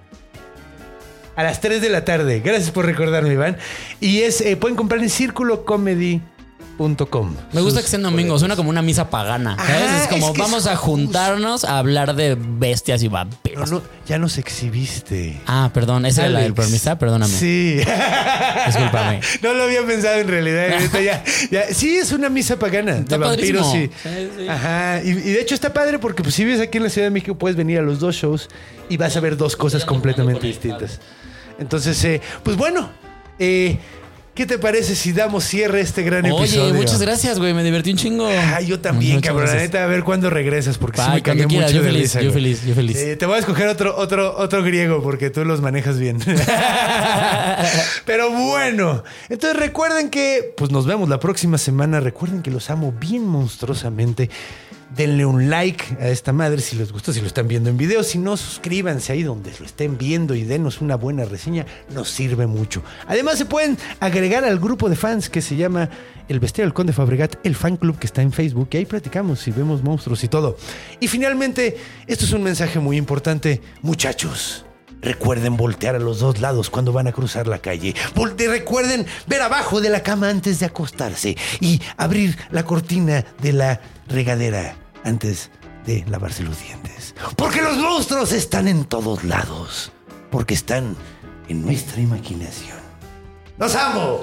A las tres de la tarde. Gracias por recordarme, Iván. Y es eh, pueden comprar en círculo comedy punto com. Me gusta sus que sean domingos, boletos. suena como una misa pagana. ¿sabes? Ajá, es como es que es vamos a justo. juntarnos a hablar de bestias y No, vampiros. no, ya nos exhibiste. Ah, perdón, esa era la del Alex. permisa, perdóname. Sí. Discúlpame. No lo había pensado en realidad. Ahorita ya, ya- sí, es una misa pagana. Está de vampiros, sí. padrísimo. Sí, sí. Ajá. Y, y de hecho está padre porque pues, si vives aquí en la Ciudad de México puedes venir a los dos shows y vas a ver dos cosas completamente distintas. Entonces, eh, pues bueno, eh, ¿qué te parece si damos cierre a este gran Oye, episodio? muchas gracias, güey. Me divertí un chingo. Ah, yo también, Muchas cabrón. La gracias. neta, a ver cuándo regresas, porque sí Bye, me cambié cuando quieras. mucho Yo de feliz, risa, yo güey. feliz, yo feliz. Eh, te voy a escoger otro, otro, otro griego, porque tú los manejas bien. Pero bueno, entonces recuerden que pues nos vemos la próxima semana. Recuerden que los amo bien monstruosamente. Denle un like a esta madre si les gustó, si lo están viendo en video. Si no, suscríbanse ahí donde lo estén viendo y denos una buena reseña. Nos sirve mucho. Además, se pueden agregar al grupo de fans que se llama El Bestiario del Conde Fabregat, el fan club que está en Facebook. Y ahí platicamos y vemos monstruos y todo. Y finalmente, esto es un mensaje muy importante. Muchachos, recuerden voltear a los dos lados cuando van a cruzar la calle. Volte- recuerden ver abajo de la cama antes de acostarse y abrir la cortina de la regadera antes de lavarse los dientes. Porque los monstruos están en todos lados. Porque están en nuestra imaginación. ¡Los amo!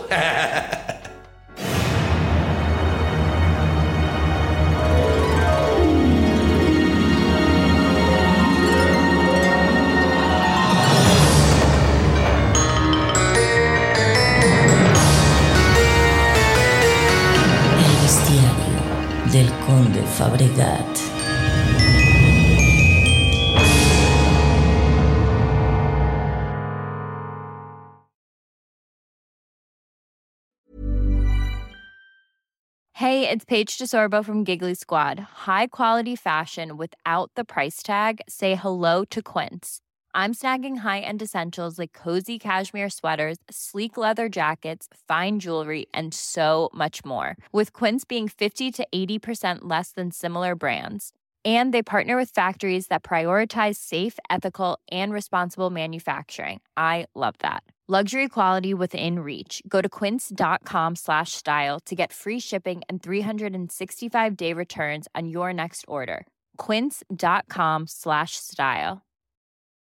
El bestiario del Conde Fabregat. Hey, it's Paige DeSorbo from Giggly Squad. High quality fashion without the price tag. Say hello to Quince. I'm snagging high-end essentials like cozy cashmere sweaters, sleek leather jackets, fine jewelry, and so much more. With Quince being fifty to eighty percent less than similar brands. And they partner with factories that prioritize safe, ethical, and responsible manufacturing. I love that. Luxury quality within reach. Go to quince.com slash style to get free shipping and three sixty-five day returns on your next order. Quince.com slash style.